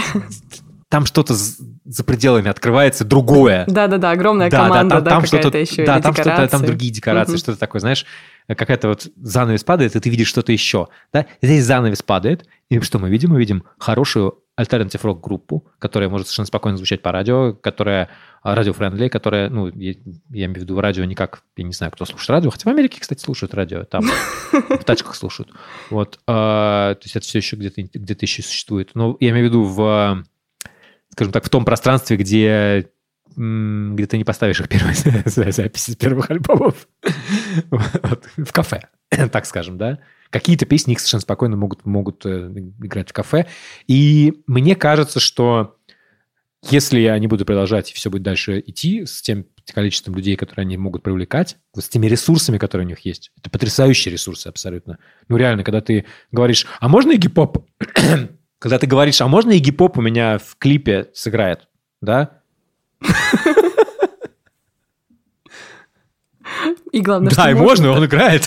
там что-то за пределами открывается другое. Да-да-да, огромная команда, да, какая-то еще, да, там что-то, там другие декорации, что-то такое, знаешь, какая-то вот занавес падает, и ты видишь что-то еще, да, здесь занавес падает, и что мы видим? Мы видим хорошую альтернатив рок-группу, которая может совершенно спокойно звучать по радио, которая радио-френдли, которая, ну, я, я имею в виду радио не как, я не знаю, кто слушает радио, хотя в Америке, кстати, слушают радио, там в тачках слушают. Вот, то есть это все еще где-то где-то еще существует. Но я имею в виду в, скажем так, в том пространстве, где где ты не поставишь их первые записи с первых альбомов в кафе, так скажем, да. Какие-то песни их совершенно спокойно могут, могут играть в кафе. И мне кажется, что если они будут продолжать, и все будет дальше идти с тем количеством людей, которые они могут привлекать, с теми ресурсами, которые у них есть, это потрясающие ресурсы абсолютно. Ну, реально, когда ты говоришь, а можно и гип-поп? Когда ты говоришь, а можно и гип-поп у меня в клипе сыграет? Да? И главное, да, и можно, он играет.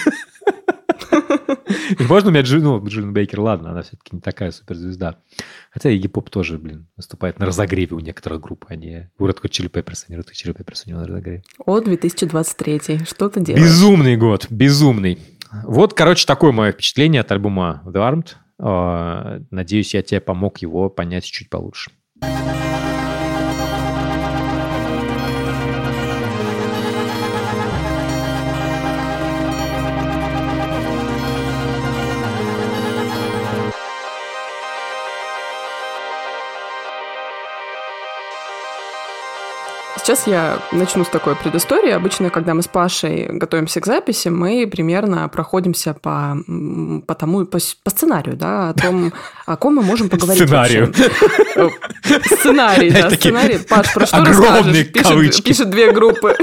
И можно у меня Джин, ну, Джин Бейкер, ладно, она все-таки не такая суперзвезда. Хотя и гип-поп тоже, блин, выступает на разогреве у некоторых групп, а не у Red Hot Chili Peppers, а не Red Hot Chili Peppers у него на разогреве. О, две тысячи двадцать третий, что ты делаешь? Безумный год, безумный. Вот, короче, такое мое впечатление от альбома The Armed. Надеюсь, я тебе помог его понять чуть получше. Сейчас я начну с такой предыстории. Обычно, когда мы с Пашей готовимся к записи, мы примерно проходимся по, по тому, по, по сценарию, да, о том, о ком мы можем поговорить. Сценарию. Сценарий, да, сценарий. Паш, про что расскажешь? Пишет, пишет две группы.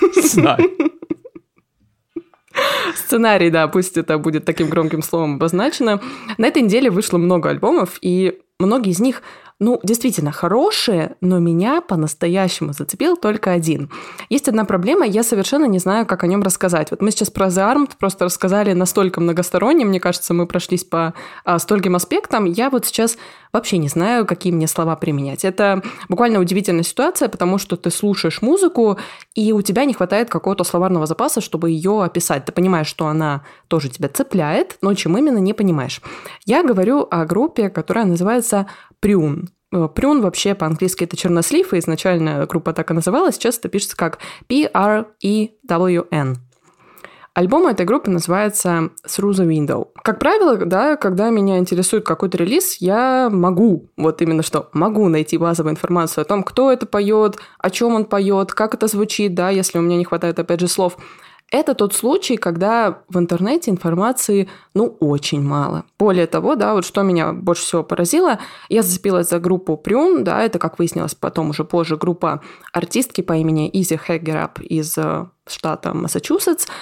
Сценарий, да, пусть это будет таким громким словом обозначено. На этой неделе вышло много альбомов, и многие из них, ну, действительно хорошие, но меня по-настоящему зацепил только один. Есть одна проблема, я совершенно не знаю, как о нем рассказать. Вот мы сейчас про The Armed просто рассказали настолько многосторонне, мне кажется, мы прошлись по а, стольким аспектам, я вот сейчас вообще не знаю, какие мне слова применять. Это буквально удивительная ситуация, потому что ты слушаешь музыку, и у тебя не хватает какого-то словарного запаса, чтобы ее описать. Ты понимаешь, что она тоже тебя цепляет, но чем именно, не понимаешь. Я говорю о группе, которая называется Prune. Prune вообще по-английски это чернослив, и изначально группа так и называлась, сейчас это пишется как пи ар и дабл-ю эн. Альбом этой группы называется Through the Window. Как правило, да, когда меня интересует какой-то релиз, я могу, вот именно что, могу найти базовую информацию о том, кто это поет, о чем он поет, как это звучит, да, если у меня не хватает, опять же, слов. Это тот случай, когда в интернете информации, ну, очень мало. Более того, да, вот что меня больше всего поразило, я зацепилась за группу Prune, да, это, как выяснилось потом уже позже, группа артистки по имени Изи Хэггерап из штата Массачусетс.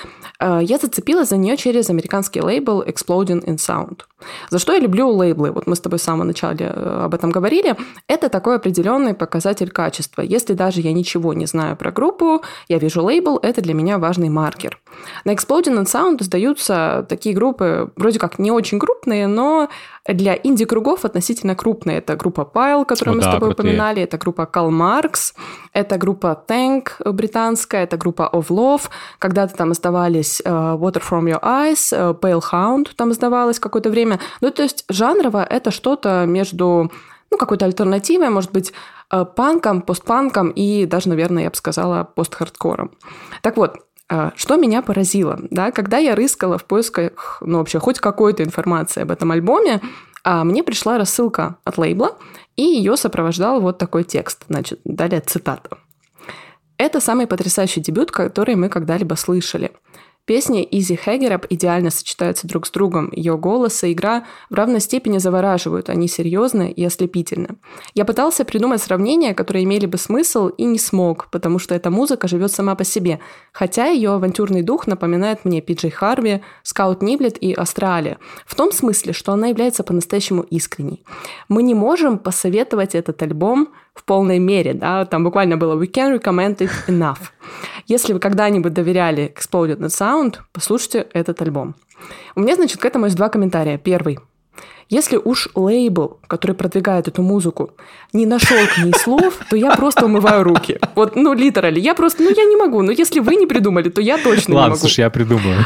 я зацепилась за нее через американский лейбл Exploding in Sound. За что я люблю лейблы? Вот мы с тобой в самом начале об этом говорили. Это такой определенный показатель качества. Если даже я ничего не знаю про группу, я вижу лейбл, это для меня важный маркер. На Exploding in Sound издаются такие группы, вроде как не очень крупные, но для инди-кругов относительно крупные. Это группа Pile, которую О, мы да, с тобой крутые. упоминали, это группа Karl Marx, это группа Tank британская, это группа Of Love. Когда-то там издавались uh, Water From Your Eyes, uh, Pale Hound там издавалось какое-то время. Ну, то есть жанрово это что-то между, ну, какой-то альтернативой, может быть, uh, панком, постпанком и даже, наверное, я бы сказала, пост-хардкором. Так вот, что меня поразило, да, когда я рыскала в поисках, ну, вообще, хоть какой-то информации об этом альбоме, мне пришла рассылка от лейбла, и ее сопровождал вот такой текст. Значит, далее цитата. «Это самый потрясающий дебют, который мы когда-либо слышали. Песни Изи Хэггерап идеально сочетаются друг с другом. Ее голос и игра в равной степени завораживают. Они серьезны и ослепительны. Я пытался придумать сравнения, которые имели бы смысл, и не смог, потому что эта музыка живет сама по себе, хотя ее авантюрный дух напоминает мне Пи Джей Харви, Скаут Ниблет и Астралия, в том смысле, что она является по-настоящему искренней. Мы не можем посоветовать этот альбом в полной мере, да, там буквально было «We can recommend it enough». Если вы когда-нибудь доверяли Exploding in Sound, послушайте этот альбом. У меня, значит, к этому есть два комментария. Первый. Если уж лейбл, который продвигает эту музыку, не нашел к ней слов, то я просто умываю руки. Вот, ну, литерально. Я просто, ну, я не могу. Но если вы не придумали, то я точно Ладно, не могу. Ладно, слушай, я придумаю.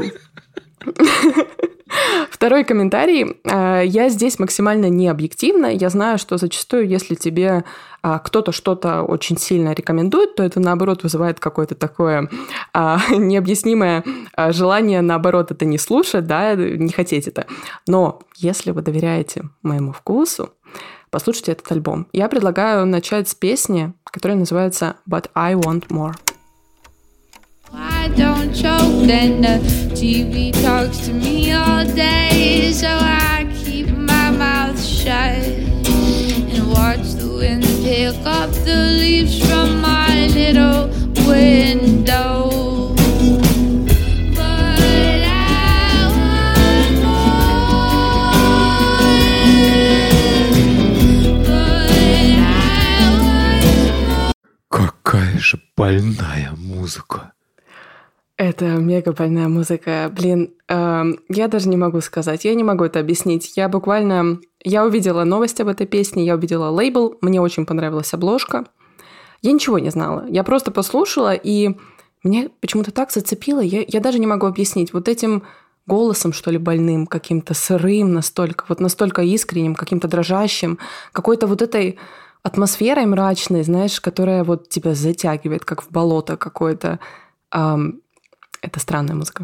Второй комментарий. Я здесь максимально не объективна. Я знаю, что зачастую, если тебе кто-то что-то очень сильно рекомендует, то это, наоборот, вызывает какое-то такое необъяснимое желание, наоборот, это не слушать, да, не хотеть это. Но если вы доверяете моему вкусу, послушайте этот альбом. Я предлагаю начать с песни, которая называется «But I Want More». I don't choke, then the T V talks to me all day, so I keep my mouth shut and watch the wind pick up the leaves from my little window. But I want more. But I want more. Какая же больная музыка. Это мега больная музыка. Блин, э, я даже не могу сказать, я не могу это объяснить. Я буквально... Я увидела новость об этой песне, я увидела лейбл, мне очень понравилась обложка. Я ничего не знала. Я просто послушала, и меня почему-то так зацепило, я, я даже не могу объяснить. Вот этим голосом, что ли, больным, каким-то сырым настолько, вот настолько искренним, каким-то дрожащим, какой-то вот этой атмосферой мрачной, знаешь, которая вот тебя затягивает, как в болото какое-то. Эм, Это странная музыка.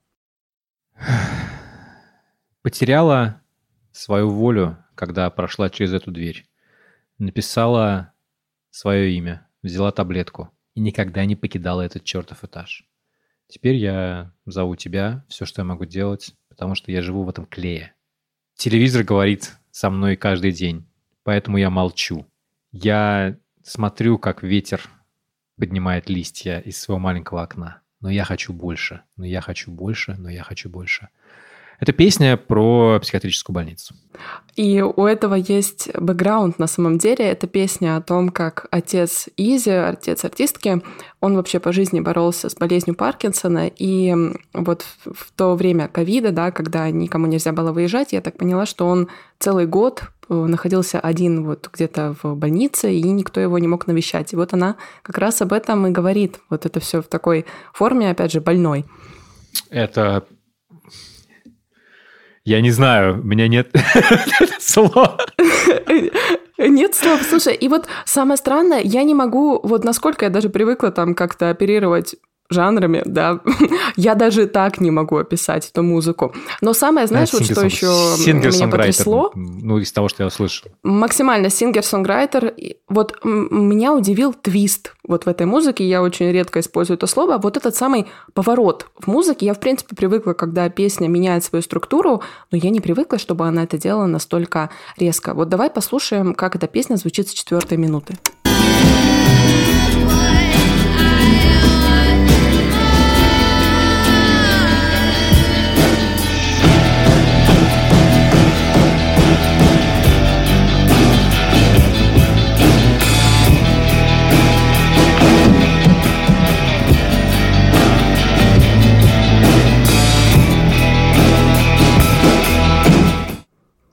Потеряла свою волю, когда прошла через эту дверь. Написала свое имя, взяла таблетку и никогда не покидала этот чертов этаж. Теперь я зову тебя, все, что я могу делать, потому что я живу в этом клее. Телевизор говорит со мной каждый день, поэтому я молчу. Я смотрю, как ветер поднимает листья из своего маленького окна. Но я хочу больше, но я хочу больше, но я хочу больше. Это песня про психиатрическую больницу. И у этого есть бэкграунд на самом деле. Это песня о том, как отец Изи, отец артистки, он вообще по жизни боролся с болезнью Паркинсона. И вот в то время ковида, да, когда никому нельзя было выезжать, я так поняла, что он целый год находился один вот где-то в больнице, и никто его не мог навещать. И вот она как раз об этом и говорит. Вот это все в такой форме, опять же, больной. Это... Я не знаю, у меня нет слов. Нет слов. Слушай, и вот самое странное, я не могу, вот насколько я даже привыкла там как-то оперировать жанрами, да, я даже так не могу описать эту музыку. Но самое, знаешь, вот что еще меня потрясло? Ну, из того, что я услышал. Максимально сингер-сонграйтер. Вот меня удивил твист вот в этой музыке. Я очень редко использую это слово. Вот этот самый поворот в музыке. Я, в принципе, привыкла, когда песня меняет свою структуру, но я не привыкла, чтобы она это делала настолько резко. Вот давай послушаем, как эта песня звучит с четвертой минуты.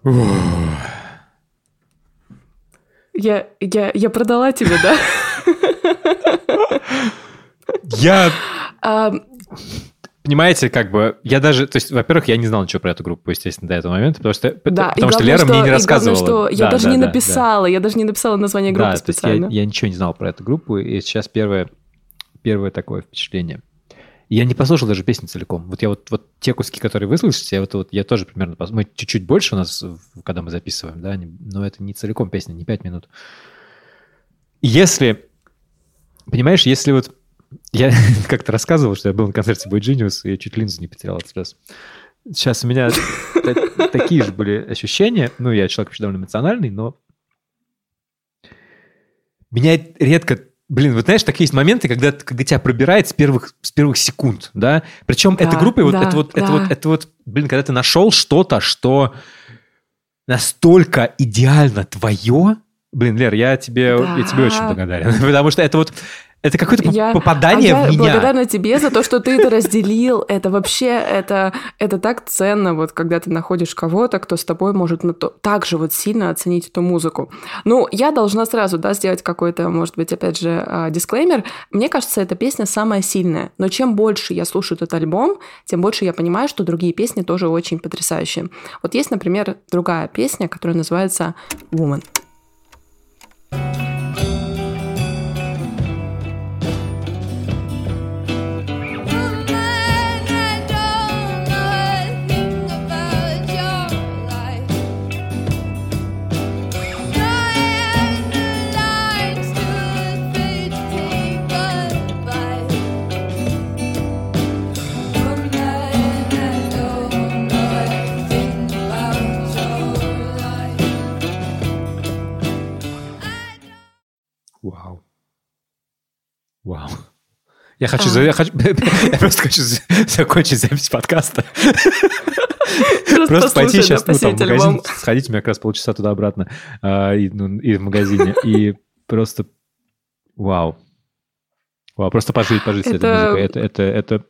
Я, я, я продала тебе, да? Я... Понимаете, как бы, я даже, то есть, во-первых, я не знал ничего про эту группу, естественно, до этого момента, потому что, да, потому что Лера что, мне не рассказывала. И главное, что я да, даже да, не да, написала, да. я даже не написала название группы да, специально. Я, я ничего не знал про эту группу, и сейчас первое, первое такое впечатление. Я не послушал даже песню целиком. Вот я вот, вот те куски, которые вы слышите, я, вот, вот, я тоже примерно послушал. Мы чуть-чуть больше у нас, когда мы записываем, да, но это не целиком песня, не пять минут. Если, понимаешь, если вот я как-то рассказывал, что я был на концерте Boy Genius, и я чуть линзу не потерял от слез. Сейчас у меня такие же были ощущения. Ну, я человек вообще довольно эмоциональный, но меня редко... Блин, вот знаешь, такие есть моменты, когда, когда тебя пробирает с первых, с первых секунд, да? Причем да, эта группа, да, вот, это, вот, да. это, вот, это вот, блин, когда ты нашел что-то, что настолько идеально твое... Блин, Лер, я тебе, да. я тебе очень благодарен, потому что это вот... Это какое-то я, попадание а в меня. Я благодарна тебе за то, что ты это разделил. Это вообще, это, это так ценно, вот, когда ты находишь кого-то, кто с тобой может ну, то, так же вот сильно оценить эту музыку. Ну, я должна сразу, да, сделать какой-то, может быть, опять же, дисклеймер. Мне кажется, эта песня самая сильная. Но чем больше я слушаю этот альбом, тем больше я понимаю, что другие песни тоже очень потрясающие. Вот есть, например, другая песня, которая называется «Woman». Вау. Вау. Я хочу, а. я хочу, я просто хочу закончить запись подкаста. Просто, просто пойти сейчас ну, там, в магазин, альбом. Сходить, у меня как раз полчаса туда-обратно а, и, ну, и в магазине. И просто вау. Вау, просто пожить, пожить это... с этой музыкой. Это, это, это...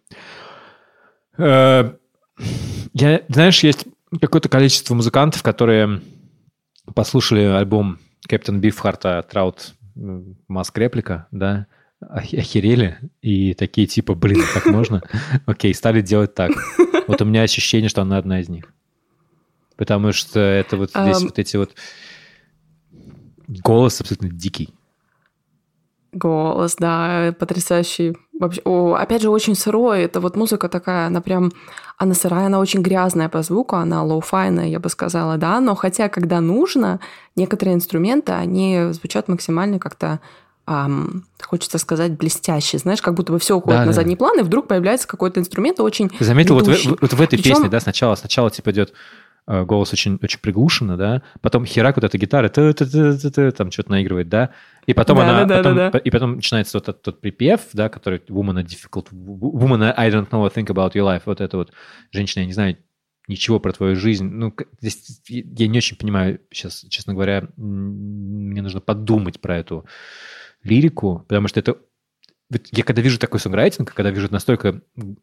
Э, я, знаешь, есть какое-то количество музыкантов, которые послушали альбом Кэптен Бифхарта «Траут Маск Реплика», да, охерели и такие типа, блин, так можно? Окей, стали делать так. Вот у меня ощущение, что она одна из них. Потому что это вот здесь um, вот эти вот... Голос абсолютно дикий. Голос, да, потрясающий. Вообще, о, опять же, очень сырой. Это вот музыка такая, она прям... Она сырая, она очень грязная по звуку, она лоу-файная, я бы сказала, да. Но хотя, когда нужно, некоторые инструменты, они звучат максимально как-то... Um, хочется сказать, блестящий. Знаешь, как будто бы все уходит да, на да. задний план, и вдруг появляется какой-то инструмент очень Ты заметил, вот в, вот в этой Причем... песне, да, сначала, сначала типа идет э, голос очень, очень приглушенно, да, потом херак, вот эта гитара, там что-то наигрывает, да, и потом да, она, да, потом, да, да. и потом начинается вот этот тот припев, да, который woman difficult, woman I don't know, think about your life, вот это вот, женщина, я не знаю ничего про твою жизнь. Ну, здесь я не очень понимаю сейчас, честно говоря, мне нужно подумать про эту лирику, потому что это... Я когда вижу такой сонграйтинг, когда вижу настолько...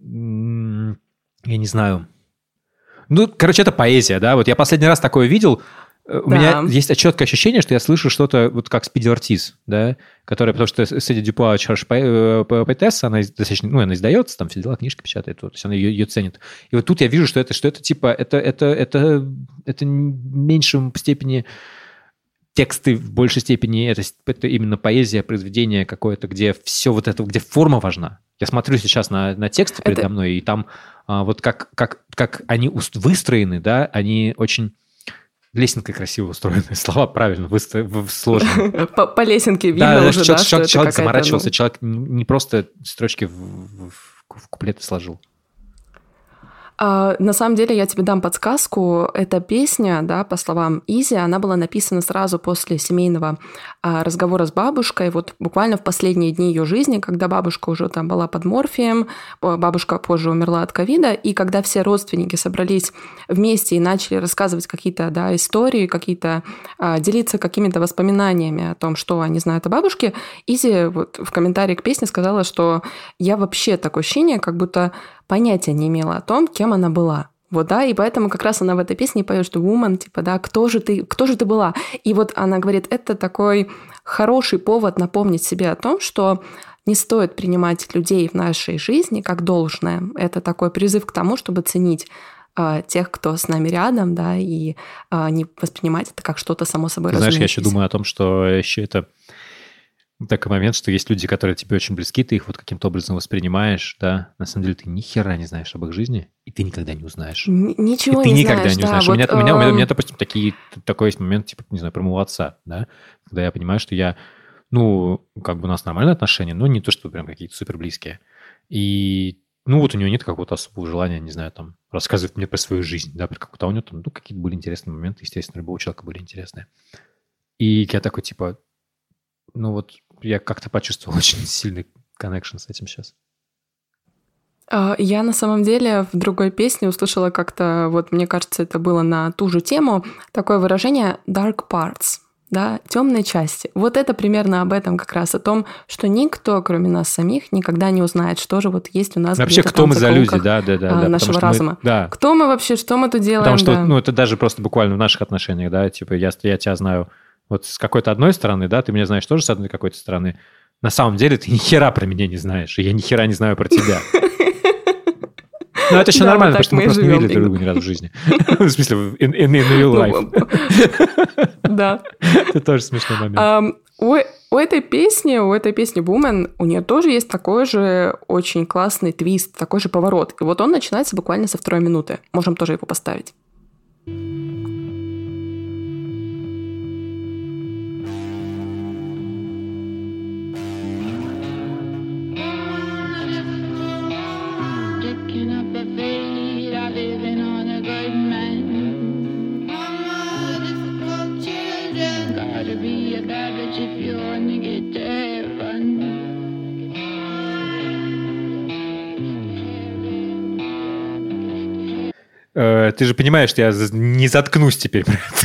Я не знаю... Ну, короче, это поэзия, да? Вот я последний раз такое видел. У да. меня есть четкое ощущение, что я слышу что-то вот как Спиди Ортиз, да? Которая, потому что Сэдди Дюпуа очень хорошая поэтесса, она достаточно... Ну, она издается, там все дела, книжки печатает, вот, то есть она ее, ее ценит. И вот тут я вижу, что это, что это типа... Это, это, это, это в меньшей степени... Тексты в большей степени это, это именно поэзия, произведение какое-то, где все вот это, где форма важна. Я смотрю сейчас на, на тексты передо это... мной, и там а, вот как, как, как они выстроены, да, они очень лесенкой красиво устроены. Слова правильно выстро... сложены. По, по лесенке видно да, уже, человек, да, человек, что человек это заморачивался, ну... человек не просто строчки в, в, в куплеты сложил. Uh, на самом деле, я тебе дам подсказку. Эта песня, да, по словам Изи, она была написана сразу после семейного uh, разговора с бабушкой. Вот буквально в последние дни ее жизни, когда бабушка уже там была под морфием, бабушка позже умерла от ковида, и когда все родственники собрались вместе и начали рассказывать какие-то, да, истории, какие-то uh, делиться какими-то воспоминаниями о том, что они знают о бабушке, Изи вот в комментарии к песне сказала, что я вообще такое ощущение, как будто понятия не имела о том, кем она была. Вот, да, и поэтому как раз она в этой песне поет, что woman, типа, да, кто же ты, кто же ты была? И вот она говорит, это такой хороший повод напомнить себе о том, что не стоит принимать людей в нашей жизни как должное. Это такой призыв к тому, чтобы ценить э, тех, кто с нами рядом, да, и э, не воспринимать это как что-то само собой разумеющееся. Знаешь, я еще думаю о том, что еще это такой момент, что есть люди, которые тебе очень близки, ты их вот каким-то образом воспринимаешь, да, на самом деле ты ни хера не знаешь об их жизни, и ты никогда не узнаешь. Н- ничего и ты не никогда знаешь, не да, узнаешь. вот, у, меня, у, меня, у, меня, у эм, меня, допустим, такие, такой есть момент, типа, не знаю, про моего отца, да, когда я понимаю, что я, ну, как бы у нас нормальные отношения, но не то, что прям какие-то супер близкие. И, ну, вот у него нет какого-то особого желания, не знаю, там, рассказывать мне про свою жизнь, да, про какую-то, у него там, ну, какие-то были интересные моменты, естественно, у любого человека были интересные. И я такой, типа, ну, вот я как-то почувствовал очень сильный коннекшн с этим сейчас. А, Я на самом деле в другой песне услышала как-то, вот мне кажется, это было на ту же тему, такое выражение dark parts, да, темные части. Вот это примерно об этом как раз, о том, что никто, кроме нас самих, никогда не узнает, что же вот есть у нас Вообще, где-то кто там мы в за люди, закоулках, да, да, да. а, да, нашего потому что мы- разума. да, Кто мы вообще, что мы тут делаем? потому что, да. ну, это даже просто буквально в наших отношениях, да, типа, я, я тебя знаю вот с какой-то одной стороны, да, ты меня знаешь тоже с одной какой-то стороны. На самом деле ты ни хера про меня не знаешь, и я ни хера не знаю про тебя. Ну, это еще Да, нормально, вот потому так что мы мы и просто не живем, видели друг друга ни разу в жизни. В смысле, in in- in real life. Ну, Да. Это тоже смешной момент. Ам, У у этой песни, у этой песни Woman, у нее тоже есть такой же очень классный твист, такой же поворот. И вот он начинается буквально со второй минуты. Можем тоже его поставить. Picking up a fade, I'm living on a good man. Mama, difficult children. Gotta be a bad bitch if you wanna get to heaven. Э, Ты же понимаешь, что я з- не заткнусь теперь.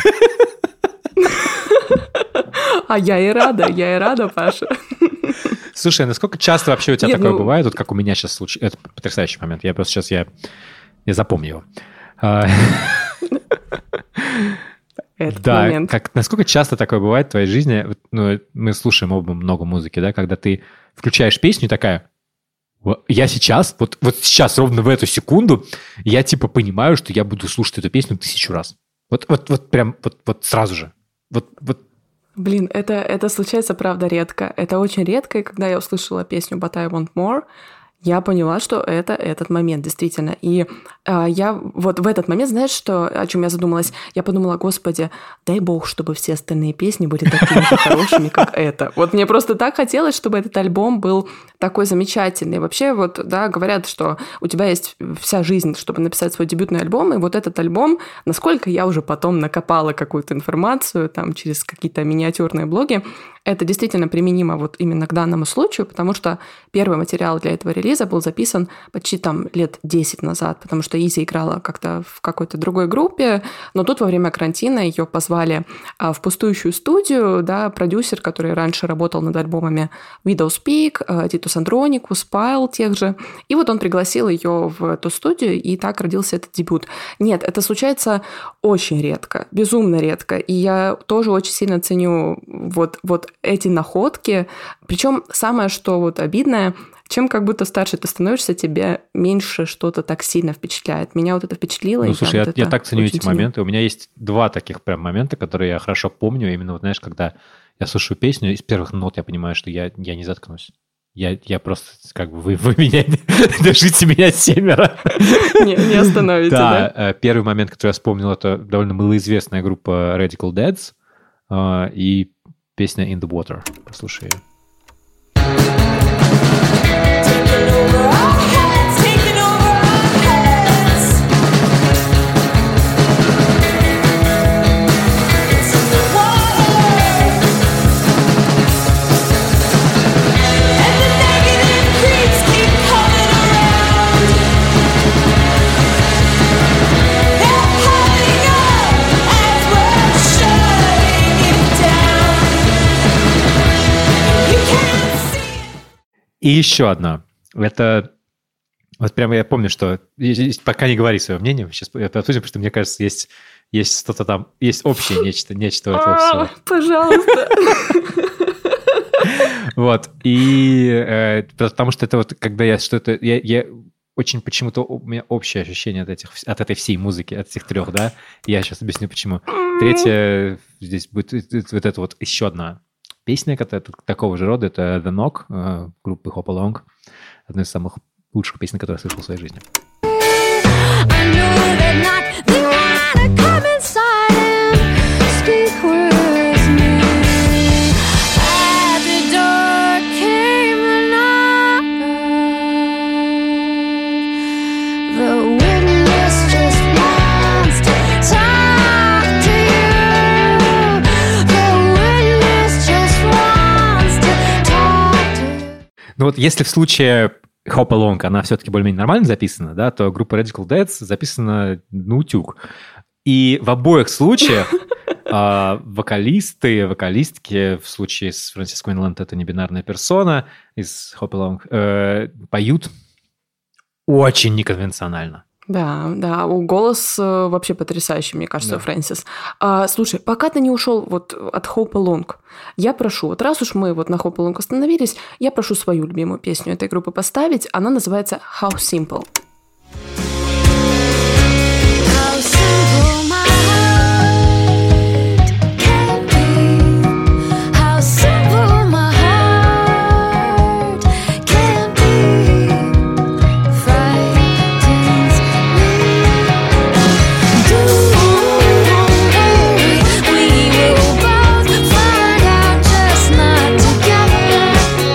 А я и рада, я и рада, Паша. Слушай, а насколько часто вообще у тебя Нет, такое ну- бывает, вот как у меня сейчас случилось? Это потрясающий момент. Я просто сейчас, я, я запомню его. А, Этот Да, момент. как, насколько часто такое бывает в твоей жизни? Вот, ну, мы слушаем оба много музыки, да, когда ты включаешь песню и такая, «Во- я сейчас, вот, вот сейчас, ровно в эту секунду, я типа понимаю, что я буду слушать эту песню тысячу раз. Вот, вот, вот прям, вот, вот сразу же. Вот, вот. Блин, это, это случается, правда, редко. Это очень редко, и когда я услышала песню «But I Want More», я поняла, что это этот момент, действительно. И а, я вот в этот момент, знаешь, что, о чем я задумалась? Я подумала, господи, дай бог, чтобы все остальные песни были такими же хорошими, как это. Вот мне просто так хотелось, чтобы этот альбом был такой замечательный. Вообще, вот, да, говорят, что у тебя есть вся жизнь, чтобы написать свой дебютный альбом, и вот этот альбом, насколько я уже потом накопала какую-то информацию там через какие-то миниатюрные блоги, это действительно применимо вот именно к данному случаю, потому что первый материал для этого релиза был записан почти там лет десять назад, потому что Изи играла как-то в какой-то другой группе, но тут во время карантина ее позвали а, в пустующую студию, да, продюсер, который раньше работал над альбомами Widow's Peak, а, Titus Andronicus, Pile тех же, и вот он пригласил ее в эту студию, и так родился этот дебют. Нет, это случается очень редко, безумно редко, и я тоже очень сильно ценю вот, вот эти находки. Причем самое, что вот обидное, чем как будто старше ты становишься, тебе меньше что-то так сильно впечатляет. Меня вот это впечатлило. Ну, и слушай, я, вот я это так ценю очень эти моменты. У меня есть два таких прям момента, которые я хорошо помню. Именно, вот, знаешь, когда я слушаю песню, из первых нот я понимаю, что я, я не заткнусь. Я, я просто, как бы, вы, вы меня, держите меня семеро. Не, не остановите, да? Да, первый момент, который я вспомнил, это довольно малоизвестная группа Radical Dads э, и песня In the Water. Послушай ее. Taking over our heads, taking over our heads. It's in the water, and the negative creeps keep coming around. They're piling up as we're shutting it down. You can't see it. И еще одна. Это Вот прямо я помню, что... Пока не говори свое мнение, сейчас это обсудим, потому что, мне кажется, есть, есть что-то там, есть общее нечто, нечто у этого всего. Пожалуйста. Вот, и э, потому что это вот, когда я что-то... Я, я очень почему-то... У меня общее ощущение от, этих, от этой всей музыки, от этих трех, да? Я сейчас объясню, почему. Третье, здесь будет вот это вот еще одна песня, которая такого же рода, это The Knock, э, группы Hop Along. Одна из самых лучших песен, которые я слышал в своей жизни. I know they're not the one to come inside and speak with me. At the door came the knock. The witness just wants to talk to you. The witness just wants to talk to you. Ну вот если в случае Hop Along, она все-таки более-менее нормально записана, да, то группа Radical Dads записана на утюг. И в обоих случаях э, вокалисты, вокалистки, в случае с Фрэнсис Куинленд это небинарная персона, из Hop Along, э, поют очень неконвенционально. Да, да, у голос э, вообще потрясающий, мне кажется, Да. Фрэнсис. А, слушай, пока ты не ушел вот от Hop Along, я прошу, вот раз уж мы вот на Hop Along остановились, я прошу свою любимую песню этой группы поставить. Она называется How Simple. How simple my heart can be. How simple my heart can be. Frightens me. Don't worry, we will both find out just not together.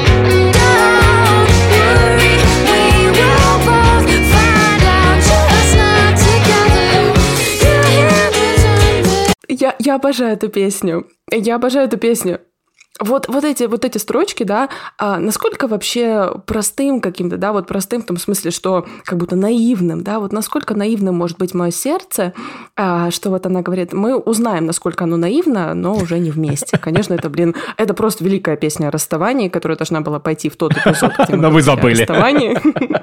Don't worry, we will both find out just not together. Your hand is on the Я, я обожаю эту песню. Я обожаю эту песню. Вот, вот, эти, вот эти строчки, да, а насколько вообще простым каким-то, да, вот простым в том смысле, что как будто наивным, да, вот насколько наивным может быть мое сердце, а, что вот она говорит, мы узнаем, насколько оно наивно, но уже не вместе. Конечно, это, блин, это просто великая песня о расставании, которая должна была пойти в тот эпизод, где Но вы говорили о забыли. расставании.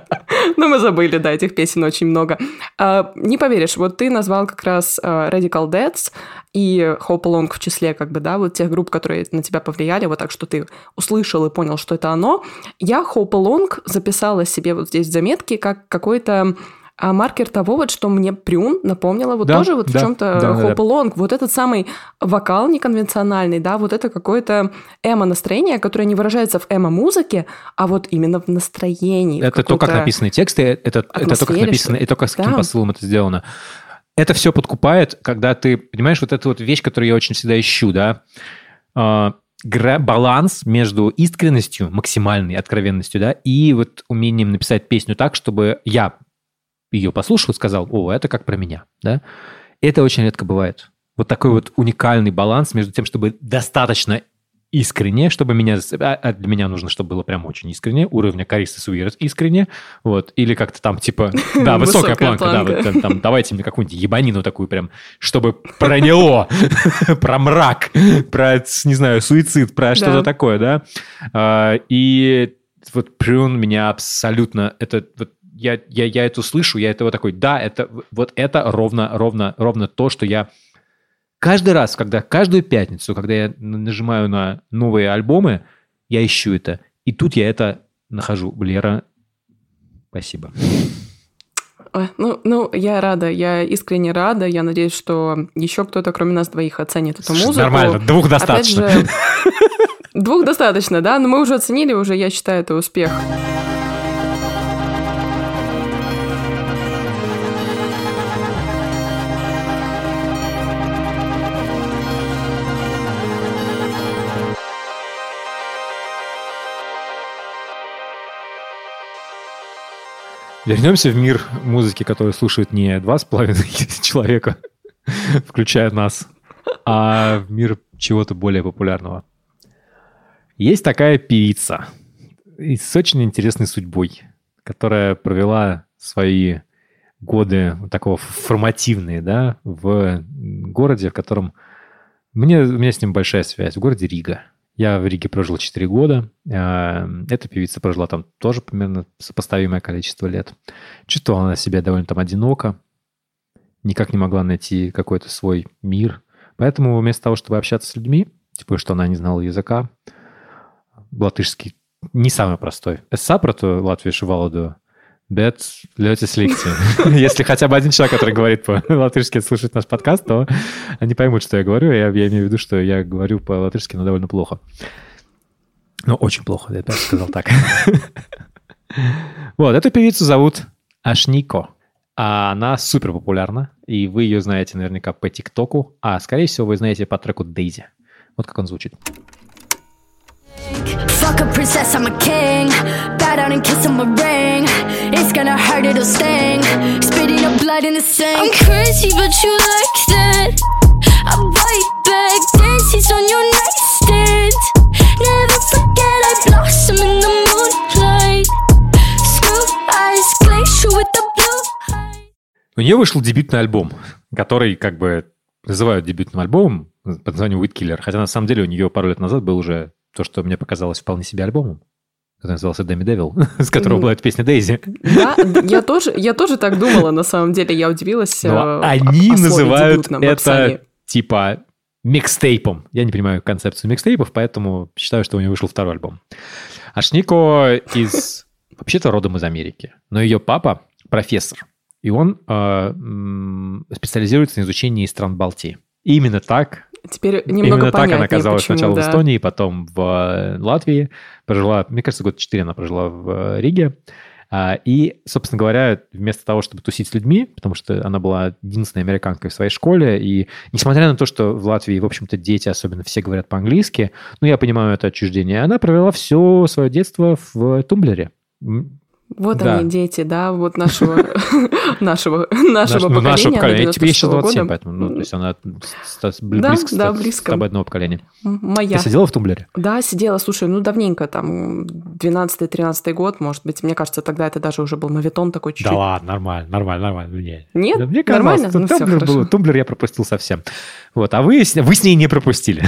Но мы забыли, да, этих песен очень много. А, Не поверишь, вот ты назвал как раз а, Radical Dads и Hop Along в числе, как бы, да, вот тех групп, которые на тебя повлияли, вот так, что ты услышал и понял, что это оно. Я Hop Along записала себе вот здесь в заметке как какой-то а, маркер того, вот, что мне Прюн напомнила вот Да, тоже вот да, в чем-то да, да, Hop да. Along. Вот этот самый вокал неконвенциональный, да, вот это какое-то эмо-настроение, которое не выражается в эмо-музыке, а вот именно в настроении. в Это то, как какой-то- написаны тексты, это, это то, как атмосфере, написано, что ли. и то, как, с каким Да. посылом это сделано. Это все подкупает, когда ты, понимаешь, вот эту вот вещь, которую я очень всегда ищу, да, а, гра- баланс между искренностью, максимальной откровенностью, да, и вот умением написать песню так, чтобы я ее послушал и сказал, о, это как про меня, да. Это очень редко бывает. Вот такой вот уникальный баланс между тем, чтобы достаточно искренне, чтобы меня... А а для меня нужно, чтобы было прям очень искренне, уровня Карисы Суирес искренне, вот, или как-то там типа, да, высокая Высокая планка, да, планка. вот там, там, давайте мне какую-нибудь ебанину такую прям, чтобы проняло, про мрак, про, не знаю, суицид, про что-то такое, да. А, И вот Прюн меня абсолютно... Это вот я, я, я это слышу, я это вот такой, да, это вот это ровно, ровно, ровно то, что я каждый раз, когда каждую пятницу, когда я н- нажимаю на новые альбомы, я ищу это. И тут я это нахожу. Лера, спасибо. Ой, Ну, ну, я рада, я искренне рада. Я надеюсь, что еще кто-то, кроме нас двоих, оценит эту Слушай, музыку. нормально, двух достаточно. Опять же, двух достаточно, да? Но мы уже оценили, уже, я считаю, это успех. Вернемся в мир музыки, которую слушают не два с половиной человека, включая нас, а в мир чего-то более популярного. Есть такая певица и с очень интересной судьбой, которая провела свои годы вот такого формативные, да, в городе, в котором мне, у меня с ним большая связь, в городе Рига. Я в Риге прожил четыре года. Эта певица прожила там тоже примерно сопоставимое количество лет. Чувствовала она себя довольно там одиноко. Никак не могла найти какой-то свой мир. Поэтому вместо того, чтобы общаться с людьми, типа, что она не знала языка, латышский не самый простой. Es sapratu latviešu valodu, bet ļoti slikti. Если хотя бы один человек, который говорит по-латышски, слушает наш подкаст, то они поймут, что я говорю. Я, я имею в виду, что я говорю по-латышски, но довольно плохо. Ну, очень плохо, я опять сказал так. Вот, эту певицу зовут Ашнико. А она супер популярна, и вы ее знаете наверняка по ТикТоку, а, скорее всего, вы знаете по треку Daisy. Вот как он звучит. Fuck a princess, I'm a king. Bow down and kiss him a ring. It's gonna hurt, it'll sting. Spitting up blood in the sink. I'm crazy, but you like that. I bite back, dances on your nightstand. Never forget I blossom in the moonlight. Screw eyes, glacier with the blue eyes. У нее вышел дебютный альбом, который как бы называют дебютным альбомом под названием Weed Killer, хотя на самом деле у нее пару лет назад был уже то, что мне показалось вполне себе альбомом, который назывался Demi Devil, с которого была эта песня Дейзи. Да, я тоже, я тоже так думала, на самом деле, я удивилась. Но они называют это типа микстейпом. Я не понимаю концепцию микстейпов, поэтому считаю, что у нее вышел второй альбом. Ашнико из, вообще-то, родом из Америки, но ее папа профессор, и он э, специализируется на изучении стран Балтии. И именно так... Теперь немного Именно так она оказалась почему, сначала да. в Эстонии, потом в Латвии. Прожила, мне кажется, год четыре она прожила в Риге. И, собственно говоря, вместо того, чтобы тусить с людьми, потому что она была единственной американкой в своей школе, и несмотря на то, что в Латвии, в общем-то, дети особенно все говорят по-английски, ну, я понимаю это отчуждение, она провела все свое детство в Тумблере. Вот Да. они, дети, да, вот нашего, нашего, нашего Наш- ну, поколения. нашего поколения. она Тебе еще девяносто шестого двадцать семь, года. поэтому, ну, то есть она с- с- Да, близко, да, с- близко. с тобой одного поколения. М, Моя. Ты сидела в Тумблере? Да, сидела, слушай, ну давненько, там, двенадцатый-тринадцатый год, может быть, мне кажется, тогда это даже уже был моветон такой чуть-чуть. Да ладно, нормально, нормально, нормально. Не. Нет? Да мне Нормально? казалось, Ну, всё Тумблер, был, хорошо. Тумблер я пропустил совсем. Вот, а вы, с- вы с ней не пропустили.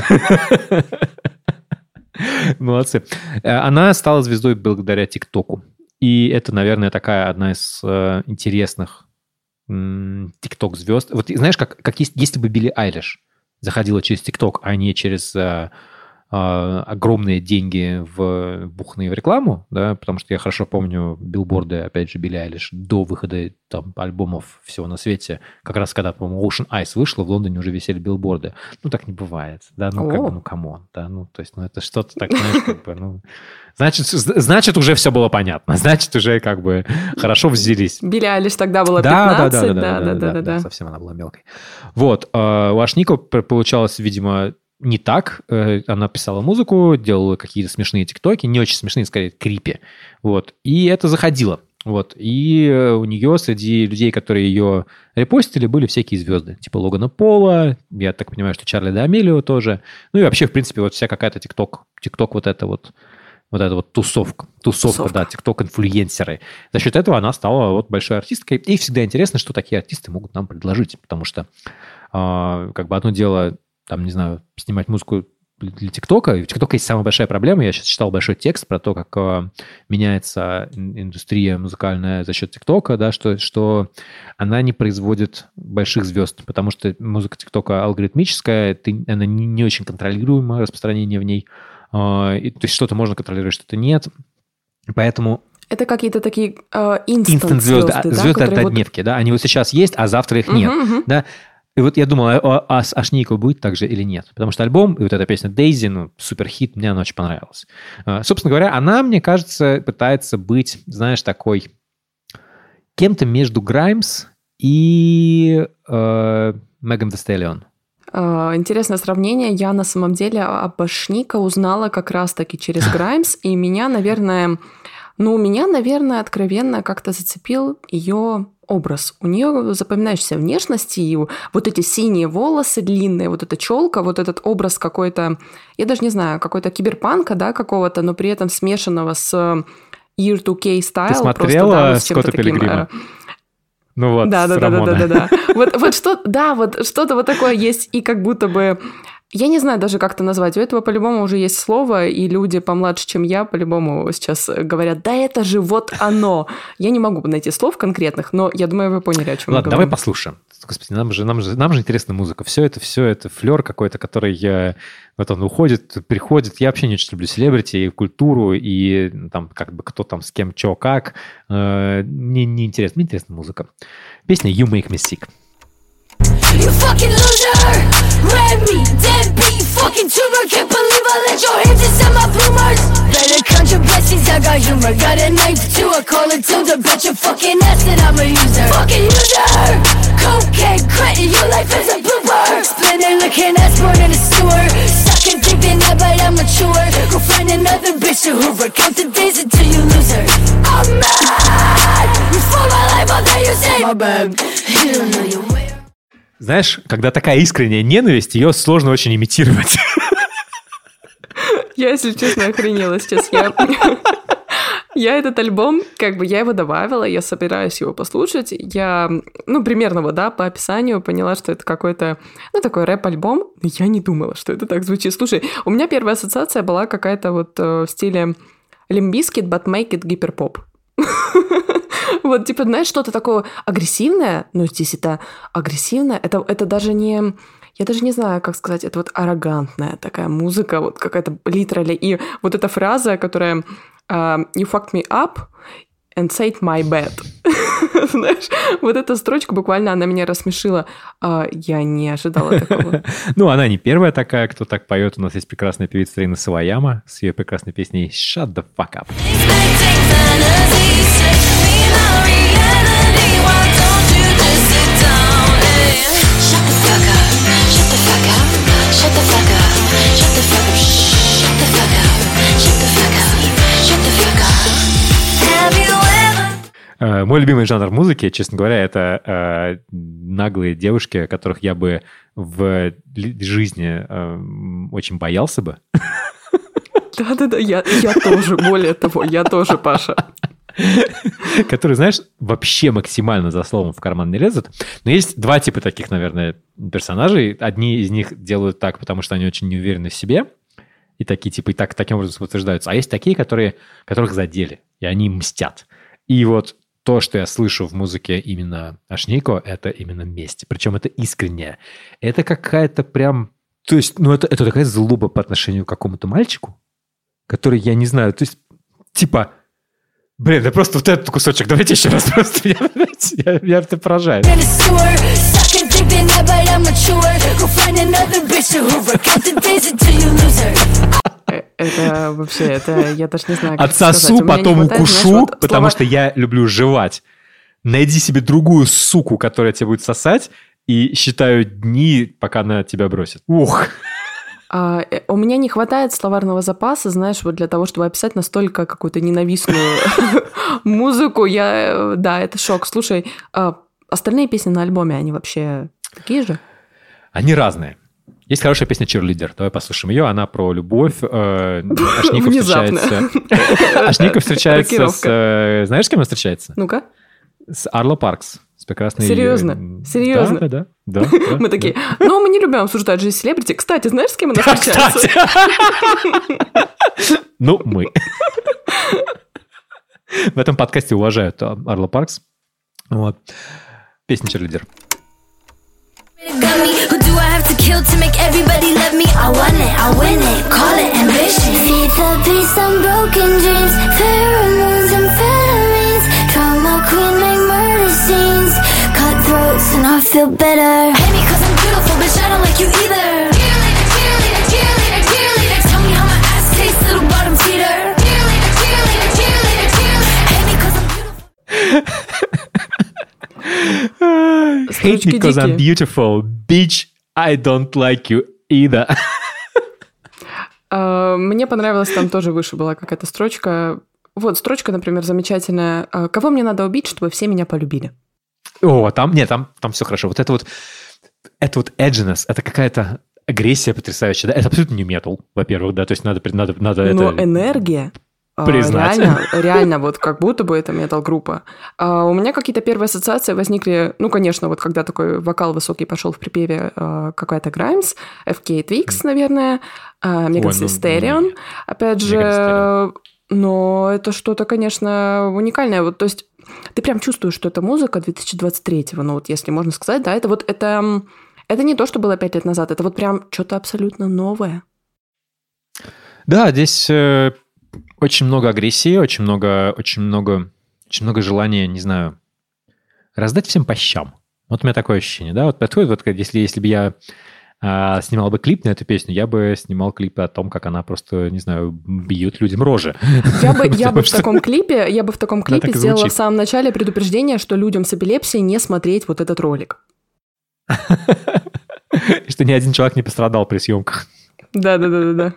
Молодцы. Э, Она стала звездой благодаря ТикТоку. И это, наверное, такая одна из э, интересных м, ТикТок-звезд. Вот знаешь, как, как есть, если бы Билли Айлиш заходила через ТикТок, а не через э, э, огромные деньги в бухные в рекламу, да, потому что я хорошо помню билборды, опять же, Билли Айлиш до выхода там альбомов всего на свете, как раз когда, по-моему, Ocean Eyes вышло, в Лондоне уже висели билборды. Ну, так не бывает, да, ну, как О. бы, ну, камон, да, ну, то есть, ну, это что-то так, знаешь, как бы, ну, значит, з- значит, уже все было понятно, значит, уже, как бы, хорошо взялись. Билли Айлиш тогда было Да, да, пятнадцать, да, да, да, да, да, да. совсем она была мелкой. Вот, э, у Ашнико п- получалось, видимо, не так. Э, Она писала музыку, делала какие-то смешные тиктоки, не очень смешные, скорее, крипи. Вот, и это заходило. Вот, и э, у нее среди людей, которые ее репостили, были всякие звезды, типа Логана Пола, я так понимаю, что Чарли Д'Амелио тоже. Ну и вообще, в принципе, вот вся какая-то тикток, тикток вот это вот, вот эта вот тусовка, тусовка, Тусовка. да, тикток-инфлюенсеры. За счет этого она стала вот большой артисткой. И всегда интересно, что такие артисты могут нам предложить, потому что а, как бы одно дело, там, не знаю, снимать музыку для ТикТока. И у ТикТока есть самая большая проблема. Я сейчас читал большой текст про то, как а, меняется ин- индустрия музыкальная за счет ТикТока, да, что, что она не производит больших звезд, потому что музыка ТикТока алгоритмическая, ты, она не, не очень контролируема, распространение в ней. А, и, то есть что-то можно контролировать, что-то нет. Поэтому Это какие-то такие э, инстант инстант-звезды, звезды, а, да, звезды которые вот- однодневки, да, они вот сейчас есть, а завтра их нет, Мгм, мгм. да. И вот я думал, а, а с Ашнико будет так же или нет? Потому что альбом, и вот эта песня Дейзи, ну, суперхит, мне она очень понравилась. А, собственно говоря, она, мне кажется, пытается быть, знаешь, такой кем-то между Граймс и э, Меган Thee Stallion. Э, Интересное сравнение. Я на самом деле об Ашнико узнала как раз-таки через Граймс, и меня, наверное, ну, меня, наверное, откровенно как-то зацепил ее образ. У нее запоминающаяся внешность, и вот эти синие волосы длинные, вот эта челка, вот этот образ какой-то, я даже не знаю, какой-то киберпанка, да, какого-то, но при этом смешанного с Year two K стайл. Ты смотрела просто, да, вот с чем-то Скотта таким, Пилигрима? э, Ну вот, да, с да, да, да, Рамона. да, да, да. Вот, вот что, да, вот что-то вот такое есть, и как будто бы Я не знаю даже, как это назвать. У этого по-любому уже есть слово, и люди помладше, чем я, по-любому сейчас говорят, да это же вот оно. Я не могу найти слов конкретных, но я думаю, вы поняли, о чем Ладно, я давай говорю. послушаем. Господи, нам же, нам же, нам же интересна музыка. Все это, все это флер какой-то, который я, вот он уходит, приходит. Я вообще не очень люблю селебрити и культуру, и там как бы кто там с кем, чё, как. Э, Мне не интересно. Мне интересна музыка. Песня «You Make Me Sick». You fucking loser! Red me, deadbeat, fucking tumor. Can't believe I let your hands inside my bloomers. Better count your blessings, I got humor. Got a knife too, I call it Tinder. Bet your fucking ass that I'm a user. Fucking user! Cocaine, credit, your life is a blooper. Splinter looking ass born in a sewer. Sucking dick, then I bet I'm mature. Go find another bitch to hoover. Count the days until you lose her. I'm mad! You fuck my life, all that you say. My bad. You don't know your way. Знаешь, когда такая искренняя ненависть, ее сложно очень имитировать. Я, если честно, охренела сейчас. Я... я этот альбом, как бы, я его добавила, я собираюсь его послушать. Я, ну, примерно вот, да, по описанию поняла, что это какой-то, ну, такой рэп-альбом. Но я не думала, что это так звучит. Слушай, у меня первая ассоциация была какая-то вот э, в стиле Limp Bizkit, but make it гиперпоп. Вот, типа, знаешь, что-то такое агрессивное, но здесь это агрессивное, это, это даже не... Я даже не знаю, как сказать, это вот аррогантная такая музыка, вот какая-то literally. И вот эта фраза, которая uh, «You fucked me up and said my bad». Знаешь, вот эта строчка буквально, она меня рассмешила. Uh, я не ожидала такого. Ну, она не первая такая, кто так поет. У нас есть прекрасная певица Рина Саваяма с ее прекрасной песней «Shut the fuck up». Expecting fantasies, set me my reality. Why don't you just sit down and shut the fuck up, shut the fuck up, shut the fuck up, shut the fuck up, shut the fuck up, shut the fuck up, shut the fuck up. Have you ever? Э, Мой любимый жанр музыки, честно говоря, это э, наглые девушки, которых я бы в ли- жизни э, очень боялся бы. Да-да-да, я, я тоже, более того, я тоже, Паша. Которые, знаешь, вообще максимально за словом в карман не лезут. Но есть два типа таких, наверное, персонажей. Одни из них делают так, потому что они очень не уверены в себе. И такие, типа, и так, таким образом утверждаются. А есть такие, которые, которых задели. И они мстят. И вот то, что я слышу в музыке именно Ашнико, это именно месть. Причем это искреннее. Это какая-то прям... То есть, ну, это, это такая злоба по отношению к какому-то мальчику, который, я не знаю, то есть, типа... Блин, да просто вот этот кусочек, давайте еще раз просто, меня, меня, меня это поражает. In a sewer, sucking dick, then I bet I'm mature. Go find another bitch to hoover. Count the days until you lose her. Э, Это вообще, это я даже не знаю, как сказать. Отсосу, У меня не потом хватает, укушу, знаешь, вот потому слова- что я люблю жевать. Найди себе другую суку, которая тебя будет сосать, и считаю дни, пока она тебя бросит. Ух! А, э, у меня не хватает словарного запаса, знаешь, вот для того, чтобы описать настолько какую-то ненавистную музыку. Я, э, да, это шок. Слушай, а остальные песни на альбоме, они вообще такие же? Они разные. Есть хорошая песня «Чирлидер». Давай послушаем ее. Она про любовь. Э, Ашников Внезапно. встречается... Ашников встречается с... Рокировка. э, Знаешь, с кем он встречается? Ну-ка. С Арло Паркс. С прекрасной... Серьезно? э, Серьезно? Да, да, да. да, да, Мы да. такие, ну, мы не любим обсуждать жизнь селебрити. Кстати, знаешь, с кем она встречается? Кстати. Ну, мы. В этом подкасте уважают Арло Паркс. Вот. Песня «Чирлидер». Got me. Who do I have to kill to make everybody love me? I want it, I win it, call it ambition. Feed the beast on broken dreams, pheromones and amphetamines. Drama queen, make murder scenes, cutthroats and I feel better. Hate me cause I'm beautiful, bitch, I don't like you either. Cheerleader, cheerleader, cheerleader, cheerleader. Tell me how my ass tastes, little bottom feeder. Cheerleader, cheerleader, cheerleader, cheerleader. Hate me cause I'm beautiful. Hate Строчки me because I'm дикие. beautiful. Bitch, I don't like you either. А, Мне понравилось, там тоже выше была какая-то строчка. Вот, строчка, например, замечательная. А, Кого мне надо убить, чтобы все меня полюбили? О, там, нет, там, там все хорошо. Вот это вот, это вот edginess, это какая-то агрессия потрясающая. Да? Это абсолютно не метал, во-первых, да, то есть надо, надо, надо Но это... энергия А, Признать. Реально, реально, вот как будто бы это метал-группа. А у меня какие-то первые ассоциации возникли, ну, конечно, вот когда такой вокал высокий пошел в припеве, а, какая-то Grimes, эф кей Twigs, наверное, а, Megan Ой, ну, Thee Stallion. не. Опять Megan Thee же, Stallion. но это что-то, конечно, уникальное. Вот, то есть ты прям чувствуешь, что это музыка две тысячи двадцать третьего, ну, вот если можно сказать, да, это вот, это, это не то, что было пять лет назад, это вот прям что-то абсолютно новое. Да, здесь э, очень много агрессии, очень много, очень много, очень много желания, не знаю, раздать всем по щам. Вот у меня такое ощущение, да, вот подходит, вот если, если бы я а, снимал бы клип на эту песню, я бы снимал клип о том, как она просто, не знаю, бьет людям рожи. Я бы, я бы в таком клипе, я бы в таком клипе так и сделала звучит. в самом начале предупреждение, что людям с эпилепсией не смотреть вот этот ролик. И что ни один человек не пострадал при съемках. Да-да-да-да-да.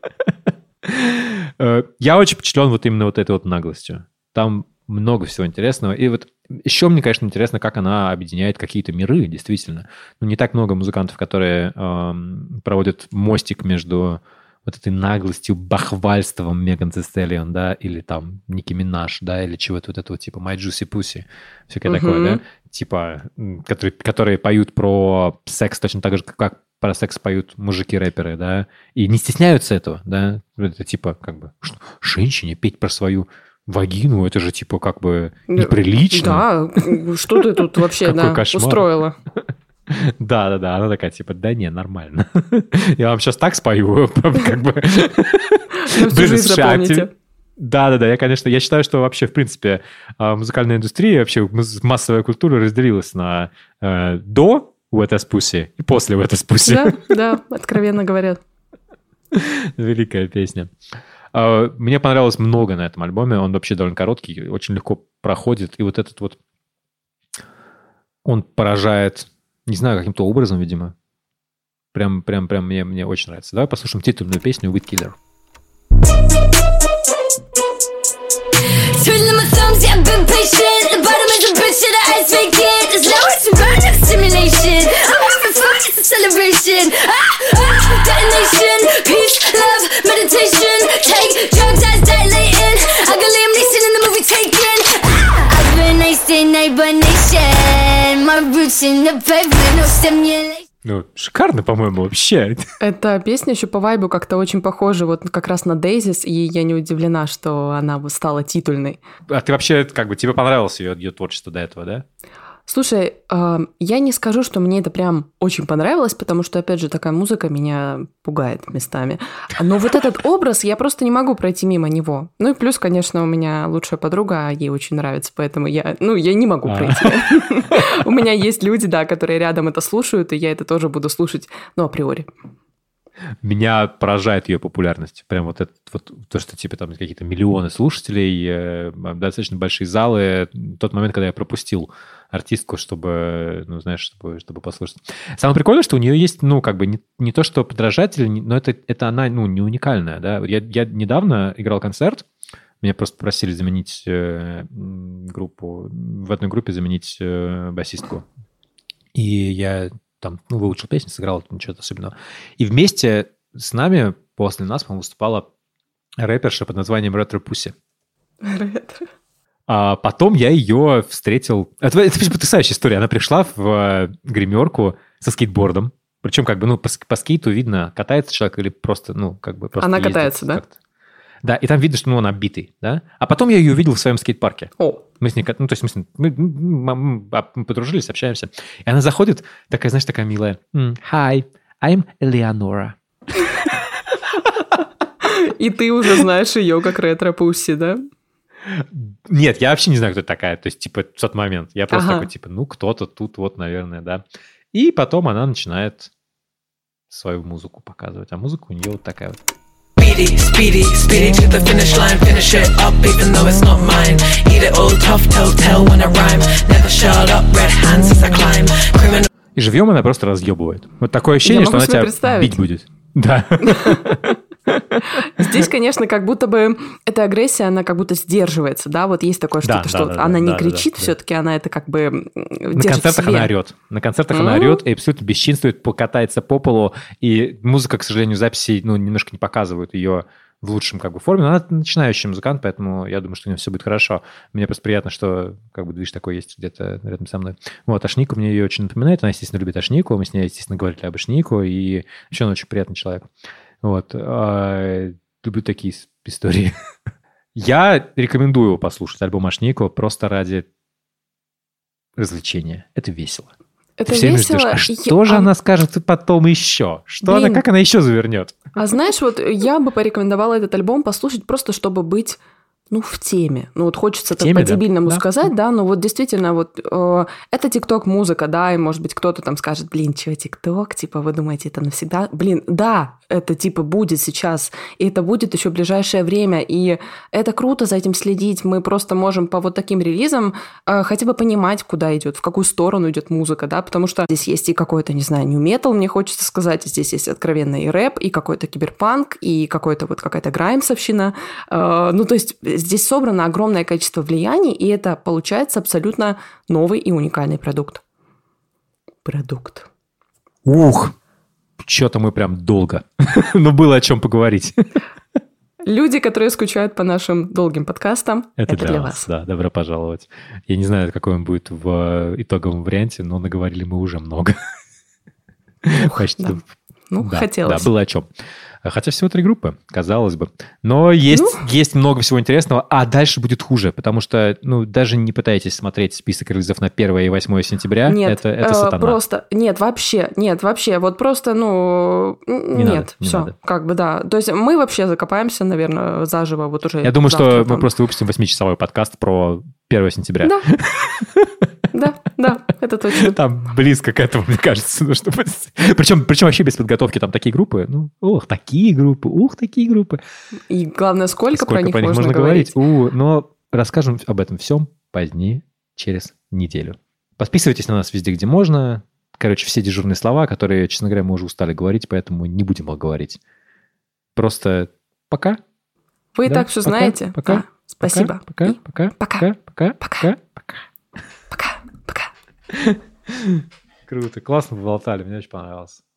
Э, Я очень впечатлен вот именно вот этой вот наглостью. Там много всего интересного. И вот еще мне, конечно, интересно, как она объединяет какие-то миры, действительно. Ну, не так много музыкантов, которые эм, проводят мостик между вот этой наглостью, бахвальством Меган Thee Stallion, да, или там Ники Минаж, да, или чего-то вот этого типа My Juicy Pussy, всякое Мгм. такое, да, типа, м, которые, которые поют про секс точно так же, как про секс поют мужики-рэперы, да, и не стесняются этого, да, это типа как бы, что, женщине петь про свою вагину, это же типа как бы неприлично. Да, что ты тут вообще, Какой да, кошмар. устроила? Да-да-да, она такая типа, да не, нормально. Я вам сейчас так спою, как бы. На всю жизнь запомните. Да-да-да, я, конечно, я считаю, что вообще, в принципе, а, музыкальная индустрия, вообще муз- массовая культура разделилась на э, до Wet Ass Pussy и после Wet Ass Pussy. Да, да, откровенно говорят. Великая песня. А, Мне понравилось много на этом альбоме. Он вообще довольно короткий, очень легко проходит. И вот этот вот... Он поражает, не знаю, каким-то образом, видимо. Прям, прям, прям мне, мне очень нравится. Давай послушаем титульную песню Weed Killer. Twiddling my thumbs, yeah, I've been patient. The bottom is a bitch, yeah, the ice vacant. It's low, it's burn, it's stimulation. I'm having fun, it's a celebration. Ah, ah, detonation. Peace, love, meditation. Take drugs as dilating. I got Liam Neeson in the movie Taken. Ah, I've been iced in Neighbor Nation. My roots in the pavement, no stimulation. Ну, шикарно, по-моему, вообще. Эта песня еще по вайбу как-то очень похожа вот как раз на Daisies, и я не удивлена, что она вот стала титульной. А ты вообще, как бы, тебе понравилось ее, ее творчество до этого, да? Слушай, э, я не скажу, что мне это прям очень понравилось, потому что, опять же, такая музыка меня пугает местами. Но вот этот образ, я просто не могу пройти мимо него. Ну и плюс, конечно, у меня лучшая подруга, а ей очень нравится, поэтому я, ну, я не могу пройти. У меня есть люди, да, которые рядом это слушают, и я это тоже буду слушать, ну, априори. Меня поражает ее популярность. Прям вот это вот то, что типа там какие-то миллионы слушателей, э, достаточно большие залы. Тот момент, когда я пропустил артистку, чтобы, ну, знаешь, чтобы, чтобы послушать. Самое прикольное, что у нее есть, ну, как бы не, не то, что подражатель, но это, это она, ну, не уникальная, да. Я, я недавно играл концерт, меня просто попросили заменить э, группу, в одной группе заменить э, басистку. И я там, ну, выучил песню, сыграл, ничего особенного. И вместе с нами, после нас, по-моему, выступала рэперша под названием Retro Pussy. А потом я ее встретил... Это, это потрясающая история. Она пришла в э, гримерку со скейтбордом. Причем, как бы, ну, по, по скейту видно, катается человек или просто, ну, как бы... Просто Она ездит катается, да? как-то. Да, и там видно, что, ну, он оббитый, да? А потом я ее увидел в своем скейт-парке. О, Мы с ней, ну, то есть, в смысле, мы, мы- мы мы подружились, общаемся. И она заходит, такая, знаешь, такая милая. «М, Hi, I'm Eleonora». и ты уже знаешь ее как ретро-пусси, да? Нет, я вообще не знаю, кто это такая. То есть, типа, в тот момент. Я просто Ага. такой, типа, ну, кто-то тут вот, наверное, да. И потом она начинает свою музыку показывать. А музыка у нее вот такая вот. Speedy, speedy, speedy to the finish line. Finish it up even though it's not mine. Eat it all tough, telltale when I rhyme. Never shut up, red hands as I climb. Criminal. И живьем она просто разъебывает. Вот такое ощущение, Я что могу она себе тебя представить. бить будет. Да. Здесь, конечно, как будто бы эта агрессия, она как будто сдерживается, да? Вот есть такое Да, что-то, да, что да, она да, не да, кричит, да, да. все-таки она это как бы м, На держит в концертах себе. она орет. На концертах она М. орет и абсолютно бесчинствует, катается по полу. И музыка, к сожалению, записи, ну, немножко не показывают ее в лучшем как бы форме. Но она начинающий музыкант, поэтому я думаю, что у нее все будет хорошо. Мне просто приятно, что как бы движ такой есть где-то рядом со мной. Вот, Ашнику мне ее очень напоминает. Она, естественно, любит Ашнику. Мы с ней, естественно, говорили об Ашнику. И вообще он очень приятный человек. Вот. А, люблю такие с- истории. Я рекомендую его послушать, альбом Ашнику, просто ради развлечения. Это весело. Это Ты все время весело. ждешь, а и- что же а- она скажет потом еще? Что она, Блин. как она еще завернет? А знаешь, вот я бы порекомендовала этот альбом послушать просто, чтобы быть, ну, в теме. Ну, вот хочется так теме, да? по-дебильному Да. сказать, да, но вот действительно, вот э, это тикток-музыка, да, и, может быть, кто-то там скажет, блин, что тикток, типа, вы думаете, это навсегда? Блин, да, это, типа, будет сейчас, и это будет еще в ближайшее время, и это круто за этим следить. Мы просто можем по вот таким релизам э, хотя бы понимать, куда идет, в какую сторону идет музыка, да, потому что здесь есть и какой-то, не знаю, нью-метал, мне хочется сказать, здесь есть откровенный и рэп, и какой-то киберпанк, и какой-то вот какая-то граймсовщина. Э, ну, то есть здесь собрано огромное количество влияний, и это получается абсолютно новый и уникальный продукт. Продукт. Ух, что-то мы прям долго. Но было о чем поговорить. Люди, которые скучают по нашим долгим подкастам, Это, для, вас. Да, добро пожаловать. Я не знаю, какой он будет в итоговом варианте, но наговорили мы уже много. Почти. да. Ну, Да, хотелось. Да, было о чем. Хотя всего три группы, казалось бы. Но есть, Ну. есть много всего интересного, а дальше будет хуже, потому что, ну, даже не пытайтесь смотреть список релизов на первое и восьмое сентября. Нет, это, это э, сатана. просто, нет, вообще, нет, вообще, вот просто, ну, н- Не нет, надо, не все, надо. как бы, да. То есть мы вообще закопаемся, наверное, заживо вот уже Я думаю, завтра что мы там. просто выпустим восьмичасовой подкаст про первое сентября. Да, да, да, это точно. Там близко к этому, мне кажется, нужно быть. Причем, причем вообще без подготовки там такие группы. Ну, ух, такие группы, ух, такие группы. И главное, сколько, про них про них можно, можно говорить. говорить? У, но расскажем об этом всем позднее, через неделю. Подписывайтесь на нас везде, где можно. Короче, все дежурные слова, которые, честно говоря, мы уже устали говорить, поэтому не будем их говорить. Просто пока. Вы и Да, так все пока, знаете. пока, Да, спасибо. Пока, И пока, пока. пока, пока, Пока. пока, пока. пока, пока. Круто, классно поболтали, мне очень понравилось.